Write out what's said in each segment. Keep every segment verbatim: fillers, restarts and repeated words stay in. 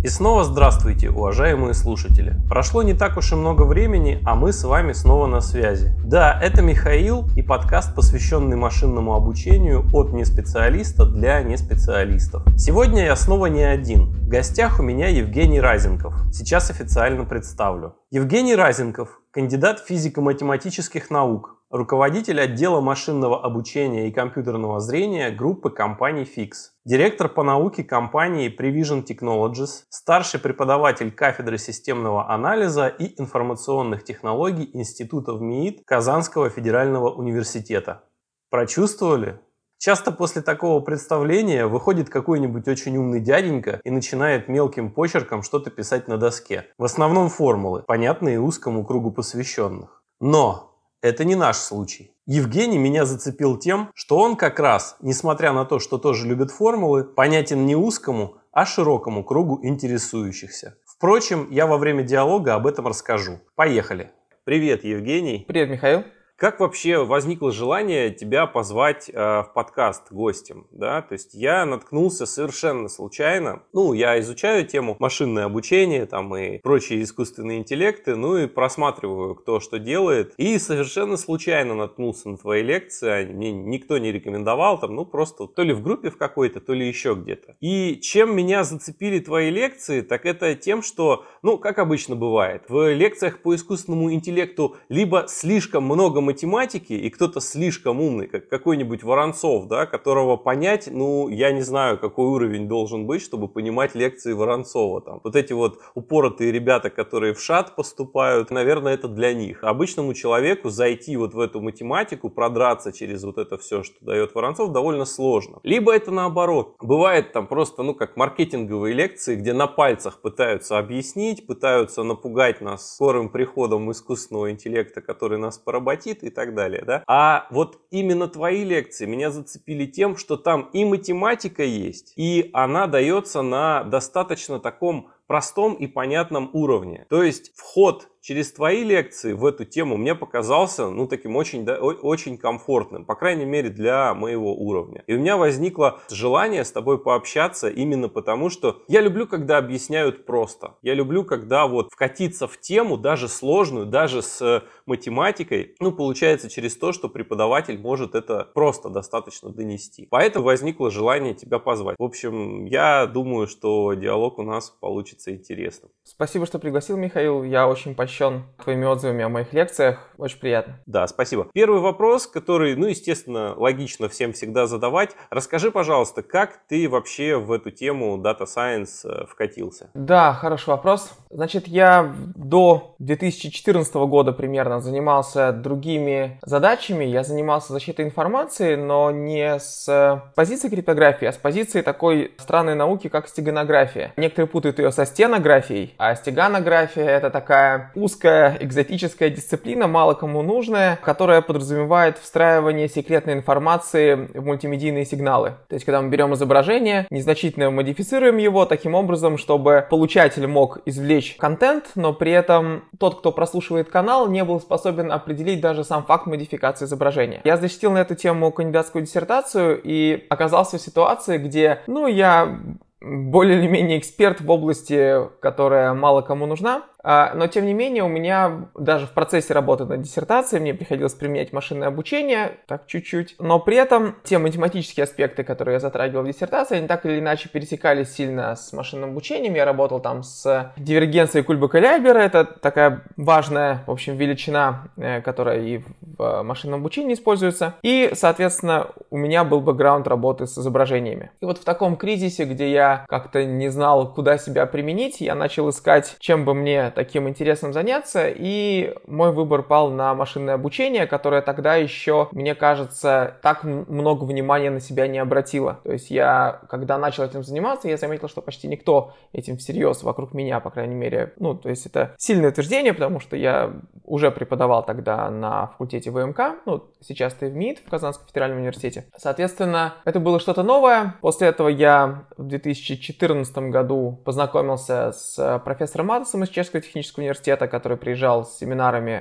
И снова здравствуйте, уважаемые слушатели. Прошло не так уж и много времени, а мы с вами снова на связи. Да, это Михаил и подкаст, посвященный машинному обучению от неспециалиста для неспециалистов. Сегодня я снова не один. В гостях у меня Евгений Разенков. Сейчас официально представлю. Евгений Разенков – кандидат физико-математических наук, руководитель отдела машинного обучения и компьютерного зрения группы компаний фикс, директор по науке компании Prevision Technologies, старший преподаватель кафедры системного анализа и информационных технологий Института ВМИИТ Казанского федерального университета. Прочувствовали? Часто после такого представления выходит какой-нибудь очень умный дяденька и начинает мелким почерком что-то писать на доске. В основном формулы, понятные узкому кругу посвященных. Но это не наш случай. Евгений меня зацепил тем, что он как раз, несмотря на то, что тоже любит формулы, понятен не узкому, а широкому кругу интересующихся. Впрочем, я во время диалога об этом расскажу. Поехали. Привет, Евгений. Привет, Михаил. Как вообще возникло желание тебя позвать э, в подкаст гостем? Да? То есть я наткнулся совершенно случайно. Ну, я изучаю тему машинное обучение там, и прочие искусственные интеллекты, ну и просматриваю, кто что делает. И совершенно случайно наткнулся на твои лекции. Мне никто не рекомендовал, там, ну просто то ли в группе в какой-то, то ли еще где-то. И чем меня зацепили твои лекции, так это тем, что, ну, как обычно бывает, в лекциях по искусственному интеллекту либо слишком много математики, и кто-то слишком умный, как какой-нибудь Воронцов, да, которого понять, ну, я не знаю, какой уровень должен быть, чтобы понимать лекции Воронцова. Там. Вот эти вот упоротые ребята, которые в ШАТ поступают, наверное, это для них. Обычному человеку зайти вот в эту математику, продраться через вот это все, что дает Воронцов, довольно сложно. Либо это наоборот. Бывает там просто, ну, как маркетинговые лекции, где на пальцах пытаются объяснить, пытаются напугать нас скорым приходом искусственного интеллекта, который нас поработит, и так далее, да? А вот именно твои лекции меня зацепили тем, что там и математика есть, и она дается на достаточно таком простом и понятном уровне. То есть вход через твои лекции в эту тему мне показался, ну, таким очень, да, очень комфортным, по крайней мере, для моего уровня. И у меня возникло желание с тобой пообщаться именно потому, что я люблю, когда объясняют просто. Я люблю, когда вот вкатиться в тему, даже сложную, даже с математикой, ну, получается через то, что преподаватель может это просто достаточно донести. Поэтому возникло желание тебя позвать. В общем, я думаю, что диалог у нас получится интересным. Спасибо, что пригласил, Михаил. Я очень польщен твоими отзывами о моих лекциях. Очень приятно. Да, спасибо. Первый вопрос, который, ну, естественно, логично всем всегда задавать. Расскажи, пожалуйста, как ты вообще в эту тему Data Science вкатился? Да, хороший вопрос. Значит, я до две тысячи четырнадцатого года примерно занимался другими задачами. Я занимался защитой информации, но не с позиции криптографии, а с позиции такой странной науки, как стеганография. Некоторые путают ее со стенографией, а стеганография — это такая узкая экзотическая дисциплина, мало кому нужная, которая подразумевает встраивание секретной информации в мультимедийные сигналы. То есть, когда мы берем изображение, незначительно модифицируем его таким образом, чтобы получатель мог извлечь контент, но при этом тот, кто прослушивает канал, не был способен определить даже сам факт модификации изображения. Я защитил на эту тему кандидатскую диссертацию и оказался в ситуации, где, ну, я более или менее эксперт в области, которая мало кому нужна. Но, тем не менее, у меня даже в процессе работы над диссертацией мне приходилось применять машинное обучение, так чуть-чуть. Но при этом те математические аспекты, которые я затрагивал в диссертации, они так или иначе пересекались сильно с машинным обучением. Я работал там с дивергенцией Кульбака-Лейбера. Это такая важная, в общем, величина, которая и в машинном обучении используется. И, соответственно, у меня был бэкграунд работы с изображениями. И вот в таком кризисе, где я как-то не знал, куда себя применить, я начал искать, чем бы мне таким интересом заняться, и мой выбор пал на машинное обучение, которое тогда еще, мне кажется, так много внимания на себя не обратило. То есть я, когда начал этим заниматься, я заметил, что почти никто этим всерьез вокруг меня, по крайней мере, ну, то есть это сильное утверждение, потому что я уже преподавал тогда на факультете ВМК, ну, сейчас ты в МИИТ, в Казанском федеральном университете. Соответственно, это было что-то новое. После этого я в две тысячи четырнадцатом году познакомился с профессором Матосом из Чешского технического университета, который приезжал с семинарами в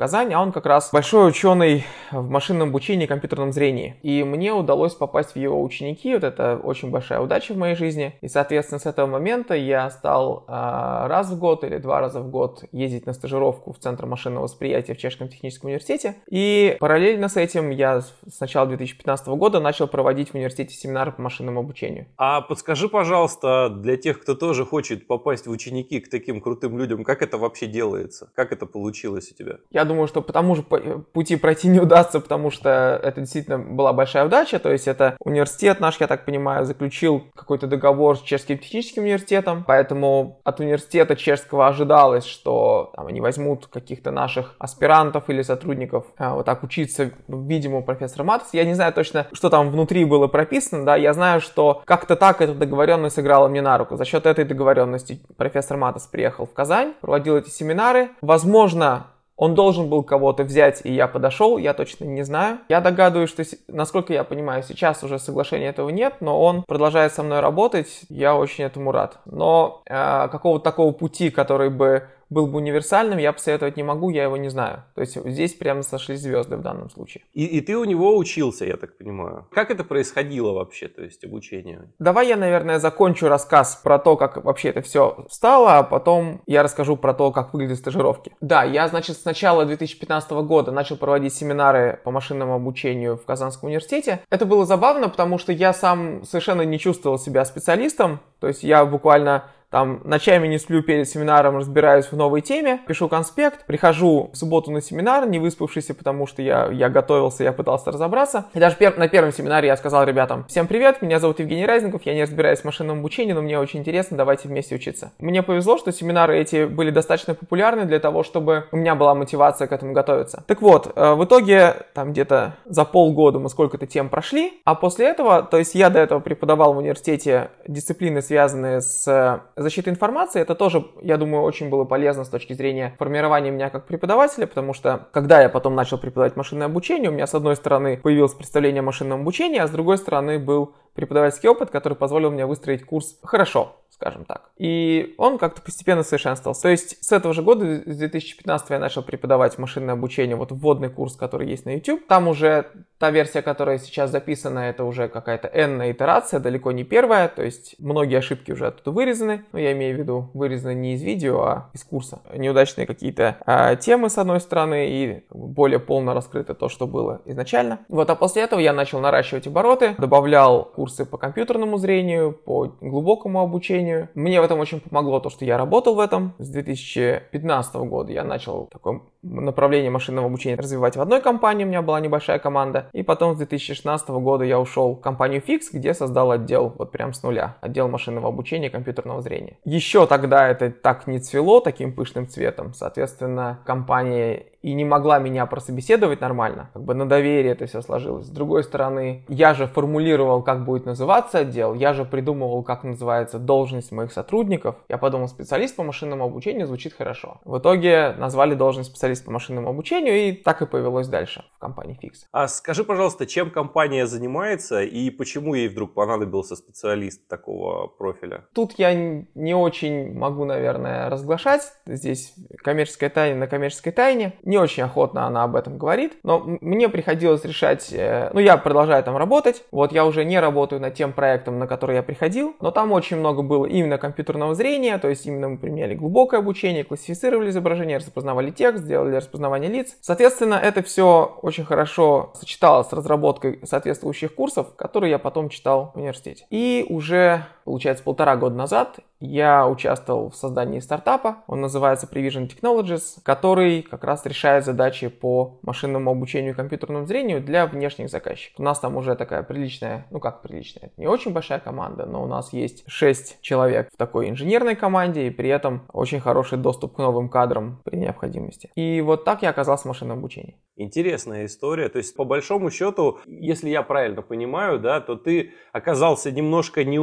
Казань, а он как раз большой ученый в машинном обучении и компьютерном зрении. И мне удалось попасть в его ученики, вот это очень большая удача в моей жизни. И, соответственно, с этого момента я стал а, раз в год или два раза в год ездить на стажировку в Центр машинного восприятия в Чешском техническом университете. И параллельно с этим я с начала две тысячи пятнадцатого года начал проводить в университете семинары по машинному обучению. А подскажи, пожалуйста, для тех, кто тоже хочет попасть в ученики к таким крутым людям, как это вообще делается? Как это получилось у тебя? Я думаю, что по тому же пути пройти не удастся, потому что это действительно была большая удача. То есть это университет наш, я так понимаю, заключил какой-то договор с Чешским техническим университетом, поэтому от университета чешского ожидалось, что там, они возьмут каких-то наших аспирантов или сотрудников а, вот так учиться, видимо, у профессора Матаса. Я не знаю точно, что там внутри было прописано, да, я знаю, что как-то так эта договоренность сыграла мне на руку. За счет этой договоренности профессор Матас приехал в Казань, проводил эти семинары. Возможно, он должен был кого-то взять, и я подошел, я точно не знаю. Я догадываюсь, что, насколько я понимаю, сейчас уже соглашения этого нет, но он продолжает со мной работать, я очень этому рад. Но э, какого-то такого пути, который бы был бы универсальным, я посоветовать не могу, я его не знаю. То есть здесь прямо сошлись звезды в данном случае. И, и ты у него учился, я так понимаю. Как это происходило вообще, то есть обучение? Давай я, наверное, закончу рассказ про то, как вообще это все стало, а потом я расскажу про то, как выглядят стажировки. Да, я, значит, с начала две тысячи пятнадцатого года начал проводить семинары по машинному обучению в Казанском университете. Это было забавно, потому что я сам совершенно не чувствовал себя специалистом. То есть я буквально там ночами не сплю перед семинаром, разбираюсь в новой теме, пишу конспект, прихожу в субботу на семинар, не выспавшийся, потому что я, я готовился, я пытался разобраться. И даже пер- на первом семинаре я сказал ребятам: всем привет, меня зовут Евгений Разников, я не разбираюсь в машинном обучении, но мне очень интересно, давайте вместе учиться. Мне повезло, что семинары эти были достаточно популярны для того, чтобы у меня была мотивация к этому готовиться. Так вот, в итоге там где-то за полгода мы сколько-то тем прошли, а после этого, то есть я до этого преподавал в университете дисциплины, связанные с защита информации. Это тоже, я думаю, очень было полезно с точки зрения формирования меня как преподавателя, потому что, когда я потом начал преподавать машинное обучение, у меня с одной стороны появилось представление о машинном обучении, а с другой стороны был преподавательский опыт, который позволил мне выстроить курс хорошо, скажем так. И он как-то постепенно совершенствовался. То есть с этого же года, с две тысячи пятнадцатого, я начал преподавать машинное обучение, вот вводный курс, который есть на YouTube. Там уже та версия, которая сейчас записана, это уже какая-то n-ная итерация, далеко не первая, то есть многие ошибки уже оттуда вырезаны. Но я имею в виду, вырезаны не из видео, а из курса. Неудачные какие-то а, темы, с одной стороны, и более полно раскрыто то, что было изначально. Вот, а после этого я начал наращивать обороты, добавлял курсы по компьютерному зрению, по глубокому обучению. Мне в этом очень помогло то, что я работал в этом. С две тысячи пятнадцатого года я начал такое направление машинного обучения развивать в одной компании, у меня была небольшая команда. И потом с две тысячи шестнадцатого года я ушел в компанию Fix, где создал отдел вот прям с нуля. Отдел машинного обучения и компьютерного зрения. Еще тогда это так не цвело таким пышным цветом. Соответственно, компания и не могла меня прособеседовать нормально. Как бы на доверие это все сложилось. С другой стороны, я же формулировал, как будет называться отдел. Я же придумывал, как называется должность моих сотрудников. Я подумал, специалист по машинному обучению звучит хорошо. В итоге назвали должность специалист по машинному обучению, и так и повелось дальше в компании Fix. А скажи, пожалуйста, чем компания занимается и почему ей вдруг понадобился специалист такого профиля? Тут я не очень могу, наверное, разглашать. Здесь коммерческая тайна на коммерческой тайне. Не очень охотно она об этом говорит, но мне приходилось решать, ну я продолжаю там работать, вот я уже не работаю над тем проектом, на который я приходил, но там очень много было именно компьютерного зрения, то есть именно мы применяли глубокое обучение, классифицировали изображения, распознавали текст, делали распознавание лиц. Соответственно, это все очень хорошо сочеталось с разработкой соответствующих курсов, которые я потом читал в университете. И уже, получается, полтора года назад я участвовал в создании стартапа, он называется Prevision Technologies, который как раз решает задачи по машинному обучению и компьютерному зрению для внешних заказчиков. У нас там уже такая приличная, ну как приличная, это не очень большая команда, но у нас есть шесть человек в такой инженерной команде, и при этом очень хороший доступ к новым кадрам при необходимости. И вот так я оказался в машинном обучении. Интересная история. То есть, по большому счету, если я правильно понимаю, да, то ты оказался немножко не удел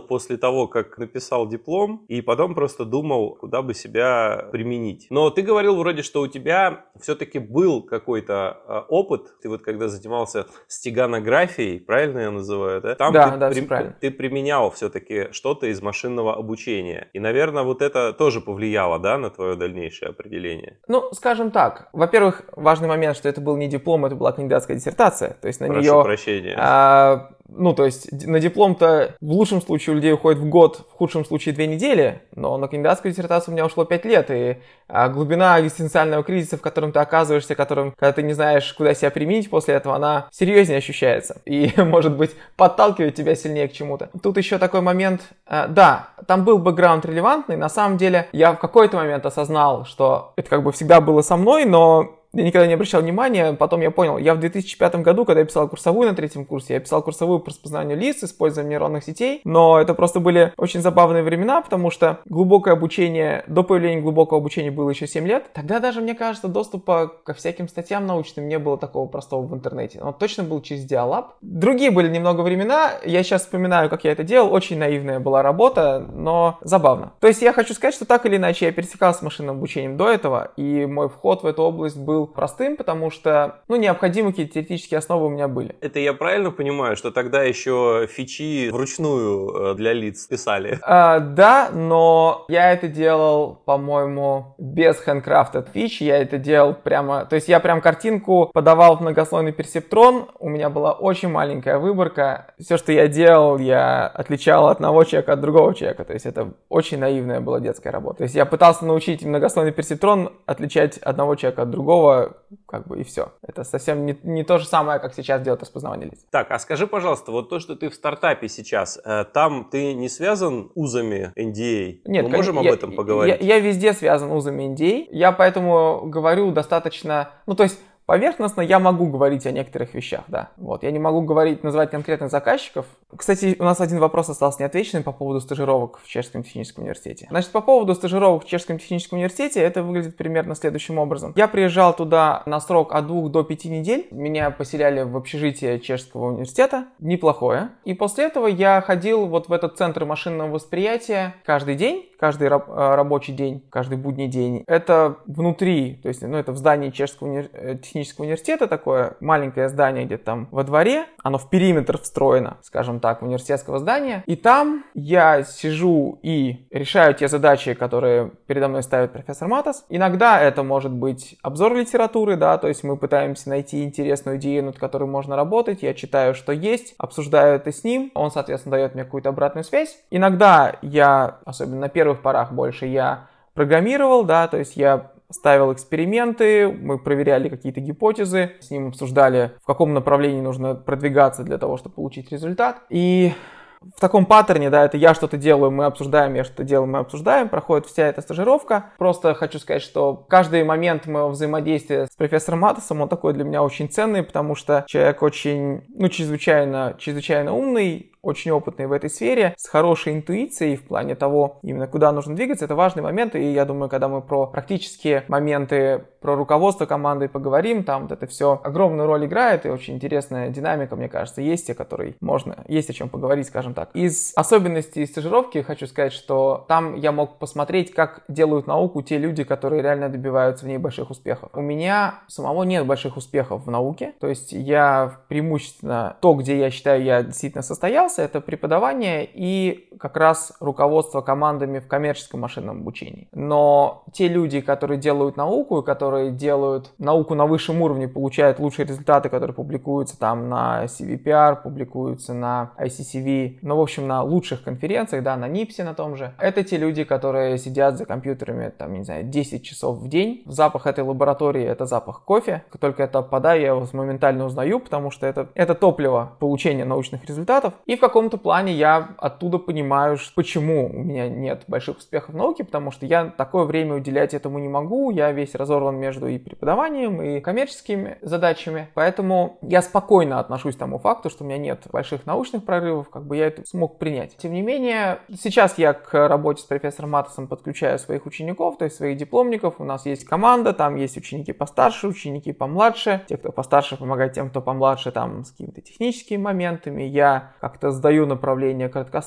после того, как написал диплом, и потом просто думал, куда бы себя применить. Но ты говорил вроде, что у тебя все-таки был какой-то э, опыт. Ты вот когда занимался стеганографией, правильно я называю, да? Там да, ты, да, при, правильно. ты применял все-таки что-то из машинного обучения. И, наверное, вот это тоже повлияло, да, на твое дальнейшее определение? Ну, скажем так. Во-первых, важный момент, что это был не диплом, это была кандидатская диссертация. То есть на Прошу нее... прощения. А, ну, то есть на диплом-то в лучшем случае у людей уходит в год, в худшем случае две недели, но на кандидатскую диссертацию у меня ушло пять лет, и а, глубина экзистенциального кризиса, в котором ты оказываешься, которым, когда ты не знаешь, куда себя применить после этого, она серьезнее ощущается и, может быть, подталкивает тебя сильнее к чему-то. Тут еще такой момент, а, да, там был бэкграунд релевантный, на самом деле я в какой-то момент осознал, что это как бы всегда было со мной, но я никогда не обращал внимания, потом я понял, я в две тысячи пятом году, когда я писал курсовую на третьем курсе, я писал курсовую по распознаванию лиц, использованием нейронных сетей, но это просто были очень забавные времена, потому что глубокое обучение, до появления глубокого обучения было еще семь лет, тогда даже, мне кажется, доступа ко всяким статьям научным не было такого простого в интернете, он точно был через Диалаб. Другие были немного времена, я сейчас вспоминаю, как я это делал, очень наивная была работа, но забавно. То есть я хочу сказать, что так или иначе я пересекался с машинным обучением до этого, и мой вход в эту область был простым, потому что, ну, необходимые какие-то теоретические основы у меня были. Это я правильно понимаю, что тогда еще фичи вручную для лиц писали? А, да, но я это делал, по-моему, без handcrafted фич, я это делал прямо, то есть я прям картинку подавал в многослойный персептрон, у меня была очень маленькая выборка, все, что я делал, я отличал одного человека от другого человека, то есть это очень наивная была детская работа. То есть я пытался научить многослойный персептрон отличать одного человека от другого, как бы и все. Это совсем не, не то же самое, как сейчас делать распознавание лиц. Так, а скажи, пожалуйста, вот то, что ты в стартапе сейчас, э, там ты не связан узами эн ди эй? Нет, мы можем я, об этом поговорить? Я, я везде связан узами эн ди эй, я поэтому говорю достаточно, ну то есть поверхностно я могу говорить о некоторых вещах, да. Вот. Я не могу говорить, называть конкретных заказчиков. Кстати, у нас один вопрос остался неотвеченным по поводу стажировок в Чешском техническом университете. Значит, по поводу стажировок в Чешском техническом университете это выглядит примерно следующим образом. Я приезжал туда на срок от двух до пяти недель. Меня поселяли в общежитие Чешского университета. Неплохое. И после этого я ходил вот в этот центр машинного восприятия каждый день, каждый раб- рабочий день, каждый будний день. Это внутри, то есть, ну, это в здании Чешского уни- технического университета, такое маленькое здание где-то там во дворе. Оно в периметр встроено, скажем так, университетского здания. И там я сижу и решаю те задачи, которые передо мной ставит профессор Матас. Иногда это может быть обзор литературы, да, то есть мы пытаемся найти интересную идею, над которой можно работать. Я читаю, что есть, обсуждаю это с ним. Он, соответственно, дает мне какую-то обратную связь. Иногда я, особенно на первых порах больше, я программировал, да, то есть я ставил эксперименты, мы проверяли какие-то гипотезы, с ним обсуждали, в каком направлении нужно продвигаться для того, чтобы получить результат. И в таком паттерне, да, это я что-то делаю, мы обсуждаем, я что-то делаю, мы обсуждаем, проходит вся эта стажировка. Просто хочу сказать, что каждый момент моего взаимодействия с профессором Матасом, он такой для меня очень ценный, потому что человек очень, ну, чрезвычайно, чрезвычайно умный, очень опытный в этой сфере, с хорошей интуицией в плане того, именно куда нужно двигаться. Это важный момент, и я думаю, когда мы про практические моменты, про руководство командой поговорим, там вот это все огромную роль играет, и очень интересная динамика, мне кажется, есть, о которой можно, есть о чем поговорить, скажем так. Из особенностей стажировки хочу сказать, что там я мог посмотреть, как делают науку те люди, которые реально добиваются в ней больших успехов. У меня самого нет больших успехов в науке, то есть я преимущественно то, где я считаю, я действительно состоялся, это преподавание и как раз руководство командами в коммерческом машинном обучении. Но те люди, которые делают науку и которые делают науку на высшем уровне, получают лучшие результаты, которые публикуются там на си ви пи ар, публикуются на ай си си ви, ну, в общем, на лучших конференциях, да, на нипсе на том же. Это те люди, которые сидят за компьютерами, там, не знаю, десять часов в день. Запах этой лаборатории — это запах кофе. Как только это попадаю, я его моментально узнаю, потому что это, это топливо получения научных результатов. И в каком-то плане я оттуда понимаю, почему у меня нет больших успехов в науке, потому что я такое время уделять этому не могу, я весь разорван между и преподаванием, и коммерческими задачами, поэтому я спокойно отношусь к тому факту, что у меня нет больших научных прорывов, как бы я это смог принять. Тем не менее, сейчас я к работе с профессором Матасом подключаю своих учеников, то есть своих дипломников, у нас есть команда, там есть ученики постарше, ученики помладше, те, кто постарше, помогают тем, кто помладше, там, с какими-то техническими моментами, я как-то сдаю направление краткосрочно,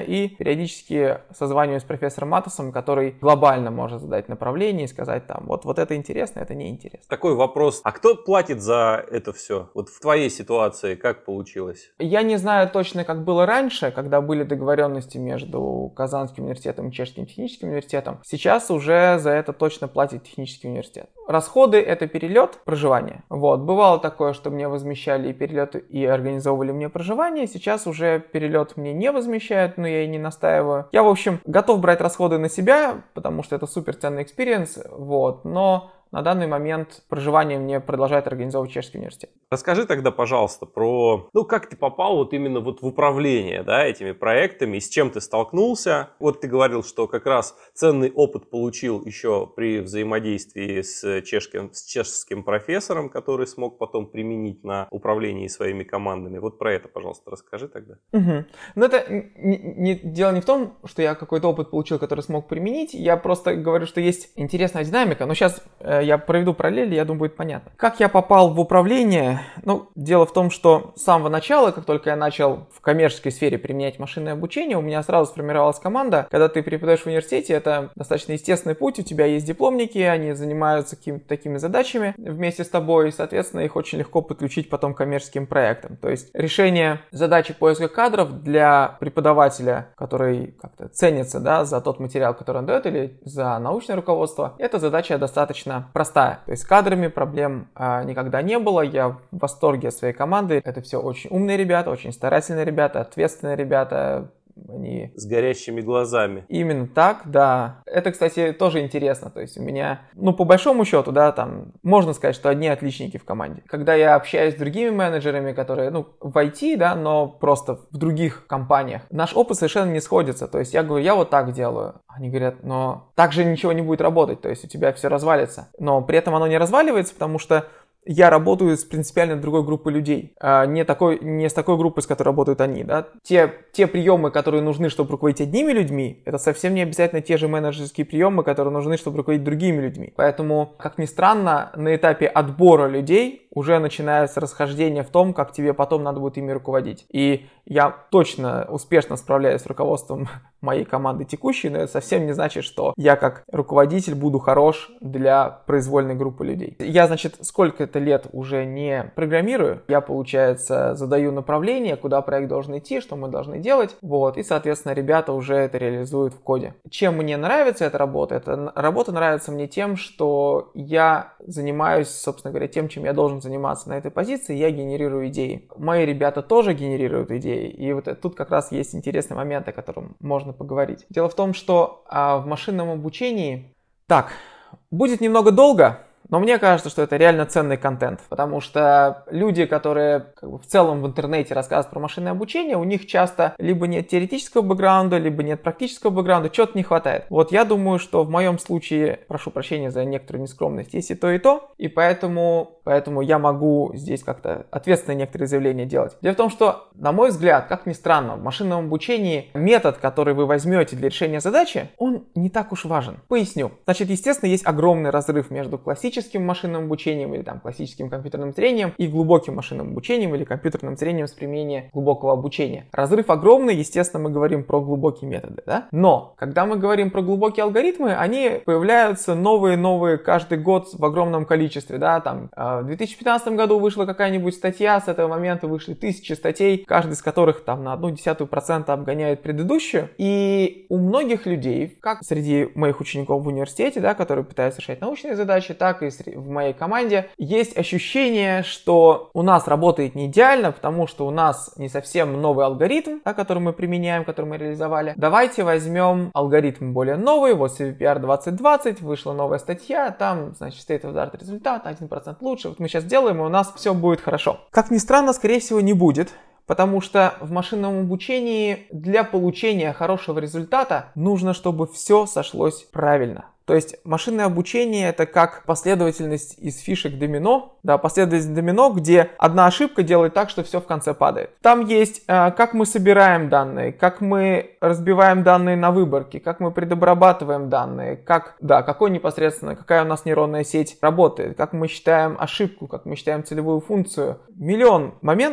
и периодически созваниваюсь с профессором Матосом, который глобально может задать направление и сказать там, вот, вот это интересно, это неинтересно. Такой вопрос, а кто платит за это все? Вот в твоей ситуации как получилось? Я не знаю точно, как было раньше, когда были договоренности между Казанским университетом и Чешским техническим университетом. Сейчас уже за это точно платит технический университет. Расходы — это перелет, проживание. Вот. Бывало такое, что мне возмещали и перелет, и организовывали мне проживание. Сейчас уже перелет мне не возмещают, но я и не настаиваю. Я, в общем, готов брать расходы на себя, потому что это суперценный экспириенс, вот, но на данный момент проживание мне продолжает организовывать Чешский университет. Расскажи тогда, пожалуйста, про, ну, как ты попал вот именно вот в управление, да, этими проектами, и с чем ты столкнулся. Вот ты говорил, что как раз ценный опыт получил еще при взаимодействии с чешским, с чешским профессором, который смог потом применить на управлении своими командами. Вот про это, пожалуйста, расскажи тогда. Угу. Но это не, не, дело не в том, что я какой-то опыт получил, который смог применить. Я просто говорю, что есть интересная динамика. Но сейчас э, я проведу параллели, я думаю, будет понятно. Как я попал в управление? Ну, дело в том, что с самого начала, как только я начал в коммерческой сфере применять машинное обучение, у меня сразу сформировалась команда. Когда ты преподаешь в университете, это достаточно естественный путь, у тебя есть дипломники, они занимаются какими-то такими задачами вместе с тобой, и, соответственно, их очень легко подключить потом к коммерческим проектам. То есть решение задачи поиска кадров для преподавателя, который как-то ценится, да, за тот материал, который он дает, или за научное руководство, эта задача достаточно простая. То есть с кадрами проблем а, никогда не было, я в восторге от своей команды. Это все очень умные ребята, очень старательные ребята, ответственные ребята. Они... С горящими глазами. Именно так, да. Это, кстати, тоже интересно. То есть у меня, ну, по большому счету, да, там, можно сказать, что одни отличники в команде. Когда я общаюсь с другими менеджерами, которые, ну, в ай ти, да, но просто в других компаниях, наш опыт совершенно не сходится. То есть я говорю, я вот так делаю. Они говорят, но так же ничего не будет работать. То есть у тебя все развалится. Но при этом оно не разваливается, потому что я работаю с принципиально другой группой людей, а не, такой, не с такой группой, с которой работают они. Да? Те, те приемы, которые нужны, чтобы руководить одними людьми, это совсем не обязательно те же менеджерские приемы, которые нужны, чтобы руководить другими людьми. Поэтому, как ни странно, на этапе отбора людей уже начинается расхождение в том, как тебе потом надо будет ими руководить. И я точно успешно справляюсь с руководством моей команды текущей, но это совсем не значит, что я как руководитель буду хорош для произвольной группы людей. Я, значит, сколько-то лет уже не программирую. Я, получается, задаю направление, куда проект должен идти, что мы должны делать. Вот, и, соответственно, ребята уже это реализуют в коде. Чем мне нравится эта работа? Эта работа нравится мне тем, что я занимаюсь, собственно говоря, тем, чем я должен заниматься на этой позиции. Я генерирую идеи. Мои ребята тоже генерируют идеи. И вот тут как раз есть интересный момент, о котором можно поговорить. Дело в том, что а, в машинном обучении... Так, будет немного долго, но мне кажется, что это реально ценный контент, потому что люди, которые как бы, в целом в интернете рассказывают про машинное обучение, у них часто либо нет теоретического бэкграунда, либо нет практического бэкграунда, чего-то не хватает. Вот я думаю, что в моем случае, прошу прощения за некоторую нескромность, есть и то, и то, и поэтому, поэтому я могу здесь как-то ответственные некоторые заявления делать. Дело в том, что, на мой взгляд, как ни странно, в машинном обучении метод, который вы возьмете для решения задачи, он не так уж важен. Поясню. Значит, естественно, есть огромный разрыв между классическим машинным обучением или там классическим компьютерным зрением и глубоким машинным обучением или компьютерным зрением с применением глубокого обучения. Разрыв огромный, естественно, мы говорим про глубокие методы, да? Но, когда мы говорим про глубокие алгоритмы, они появляются новые-новые каждый год в огромном количестве, да? Там в две тысячи пятнадцатом году вышла какая-нибудь статья, с этого момента вышли тысячи статей, каждый из которых там на одну десятую процента обгоняет предыдущую. И у многих людей, как среди моих учеников в университете, да, которые пытаются решать научные задачи, так и в моей команде, есть ощущение, что у нас работает не идеально, потому что у нас не совсем новый алгоритм, да, который мы применяем, который мы реализовали. Давайте возьмем алгоритм более новый, вот си ви пи ар двадцать двадцать, вышла новая статья, там, значит, state of the art результат, один процент лучше, вот мы сейчас делаем, и у нас все будет хорошо. Как ни странно, скорее всего, не будет. Потому что в машинном обучении для получения хорошего результата нужно, чтобы все сошлось правильно. То есть машинное обучение — это как последовательность из фишек домино, да, последовательность домино, где одна ошибка делает так, что все в конце падает. Там есть, э, как мы собираем данные, как мы разбиваем данные на выборки, как мы предобрабатываем данные, как, да, какой непосредственно, какая у нас нейронная сеть работает, как мы считаем ошибку, как мы считаем целевую функцию. Миллион моментов,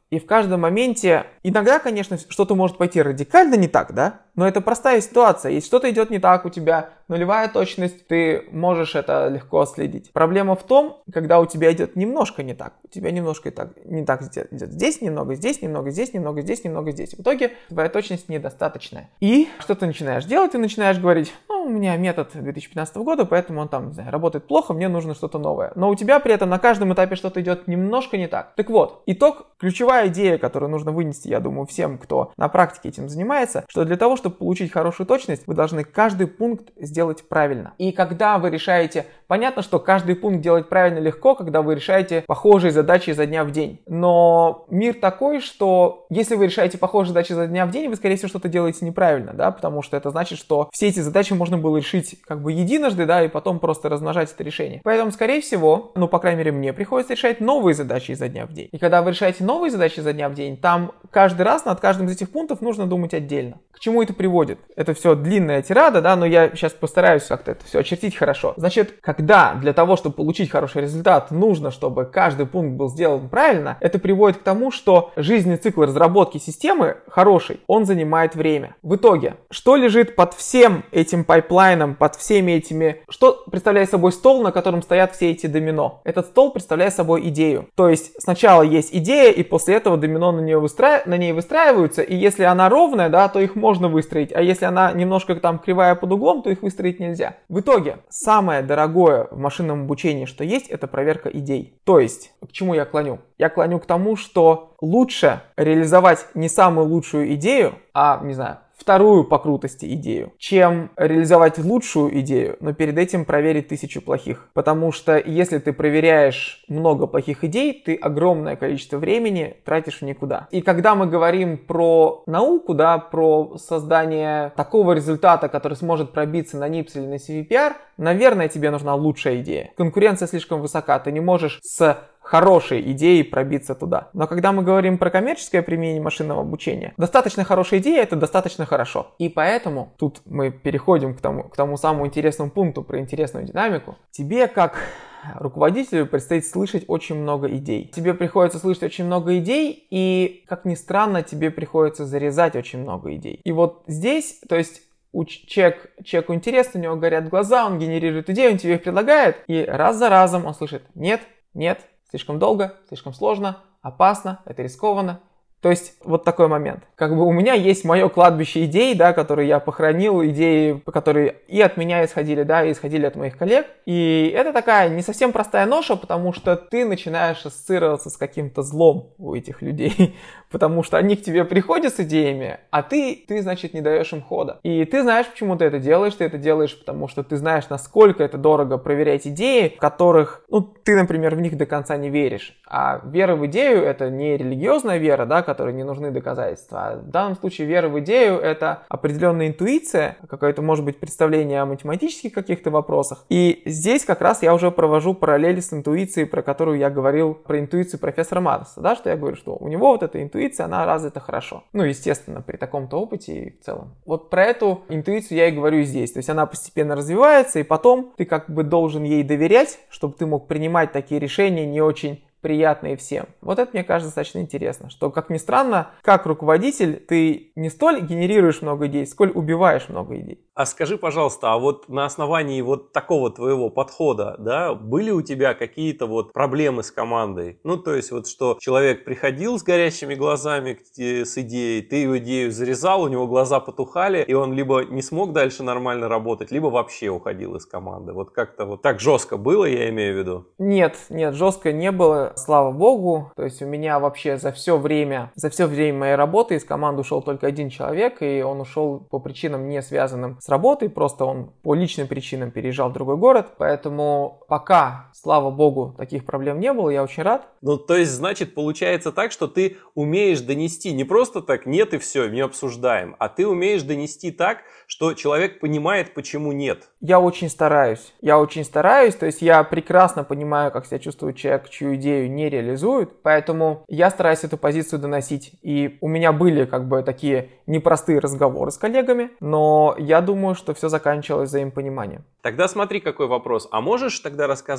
И в каждом моменте, иногда, конечно, что-то может пойти радикально не так, да? Но это простая ситуация. Если что-то идет не так у тебя, нулевая точность, ты можешь это легко отследить. Проблема в том, когда у тебя идет немножко не так. У тебя немножко и так, не так идет. Здесь немного, здесь немного, здесь немного, здесь немного, здесь. В итоге твоя точность недостаточная. И что ты начинаешь делать? Ты начинаешь говорить, ну, у меня метод две тысячи пятнадцатого года, поэтому он там, не знаю, работает плохо, мне нужно что-то новое. Но у тебя при этом на каждом этапе что-то идет немножко не так. Так вот, итог, ключевая идея, которую нужно вынести, я думаю, всем, кто на практике этим занимается, что для того, чтобы получить хорошую точность, вы должны каждый пункт сделать правильно. И когда вы решаете, понятно, что каждый пункт делать правильно легко, когда вы решаете похожие задачи изо дня в день. Но мир такой, что если вы решаете похожие задачи изо дня в день, вы, скорее всего, что-то делаете неправильно, да, потому что это значит, что все эти задачи можно было решить как бы единожды, да, и потом просто размножать это решение. Поэтому, скорее всего, ну, по крайней мере, мне приходится решать новые задачи изо дня в день. И когда вы решаете новые задачи изо дня в день, там каждый раз над каждым из этих пунктов нужно думать отдельно. К чему это приводит? Это все длинная тирада, да, но я сейчас постараюсь как-то это все очертить хорошо. Значит, когда для того, чтобы получить хороший результат, нужно, чтобы каждый пункт был сделан правильно, это приводит к тому, что жизненный цикл разработки системы хороший, он занимает время. В итоге, что лежит под всем этим пайплайном, под всеми этими, что представляет собой стол, на котором стоят все эти домино? Этот стол представляет собой идею. То есть сначала есть идея, и после этого домино на, нее выстра... на ней выстраиваются, и если она ровная, да, то их можно выстроить, а если она немножко там кривая под углом, то их выстроить нельзя. В итоге, самое дорогое в машинном обучении, что есть, это проверка идей. То есть, к чему я клоню? Я клоню к тому, что лучше реализовать не самую лучшую идею, а, не знаю, вторую по крутости идею, чем реализовать лучшую идею, но перед этим проверить тысячу плохих. Потому что если ты проверяешь много плохих идей, ты огромное количество времени тратишь в никуда. И когда мы говорим про науку, да, про создание такого результата, который сможет пробиться на НИПС или на си ви пи ар, наверное, тебе нужна лучшая идея. Конкуренция слишком высока, ты не можешь с хорошей идеей пробиться туда. Но когда мы говорим про коммерческое применение машинного обучения, достаточно хорошая идея — это достаточно хорошо. И поэтому тут мы переходим к тому, к тому самому интересному пункту про интересную динамику. Тебе как руководителю предстоит слышать очень много идей. Тебе приходится слышать очень много идей, и, как ни странно, тебе приходится зарезать очень много идей. И вот здесь, то есть Человек, человеку интересно, у него горят глаза, он генерирует идеи, он тебе их предлагает, и раз за разом он слышит: нет, нет, слишком долго, слишком сложно, опасно, это рискованно. То есть вот такой момент. Как бы у меня есть мое кладбище идей, да, которые я похоронил, идеи, которые и от меня исходили, да, и исходили от моих коллег. И это такая не совсем простая ноша, потому что ты начинаешь ассоциироваться с каким-то злом у этих людей. Потому что они к тебе приходят с идеями, а ты, ты, значит, не даешь им хода. И ты знаешь, почему ты это делаешь. Ты это делаешь, потому что ты знаешь, насколько это дорого проверять идеи, в которых, ну, ты, например, в них до конца не веришь. А вера в идею — это не религиозная вера, да, которой не нужны доказательства. А в данном случае вера в идею — это определенная интуиция, какое-то, может быть, представление о математических каких-то вопросах. И здесь как раз я уже провожу параллели с интуицией, про которую я говорил, про интуицию профессора Марса, да, что я говорю, что у него вот эта интуиция, она развита хорошо. Ну, естественно, при таком-то опыте и в целом. Вот про эту интуицию я и говорю здесь. То есть она постепенно развивается, и потом ты как бы должен ей доверять, чтобы ты мог принимать такие решения не очень приятные всем. Вот это, мне кажется, достаточно интересно, что, как ни странно, как руководитель ты не столь генерируешь много идей, сколь убиваешь много идей. А скажи, пожалуйста, а вот на основании вот такого твоего подхода, да, были у тебя какие-то вот проблемы с командой? Ну, то есть вот что человек приходил с горящими глазами с идеей, ты его идею зарезал, у него глаза потухали, и он либо не смог дальше нормально работать, либо вообще уходил из команды. Вот как-то вот так жестко было, я имею в виду? Нет, нет, жестко не было, слава богу. То есть у меня вообще за все время, за все время моей работы из команды ушел только один человек, и он ушел по причинам, не связанным с работой, просто он по личным причинам переезжал в другой город, поэтому пока, слава богу, таких проблем не было, я очень рад. Ну, то есть, значит, получается так, что ты умеешь донести не просто так «нет» и все, не обсуждаем, а ты умеешь донести так, что человек понимает, почему нет. Я очень стараюсь, я очень стараюсь, то есть я прекрасно понимаю, как себя чувствует человек, чью идею не реализуют, поэтому я стараюсь эту позицию доносить, и у меня были как бы такие непростые разговоры с коллегами, но я думаю, что все заканчивалось взаимопониманием. Тогда смотри, какой вопрос. А можешь тогда рассказать,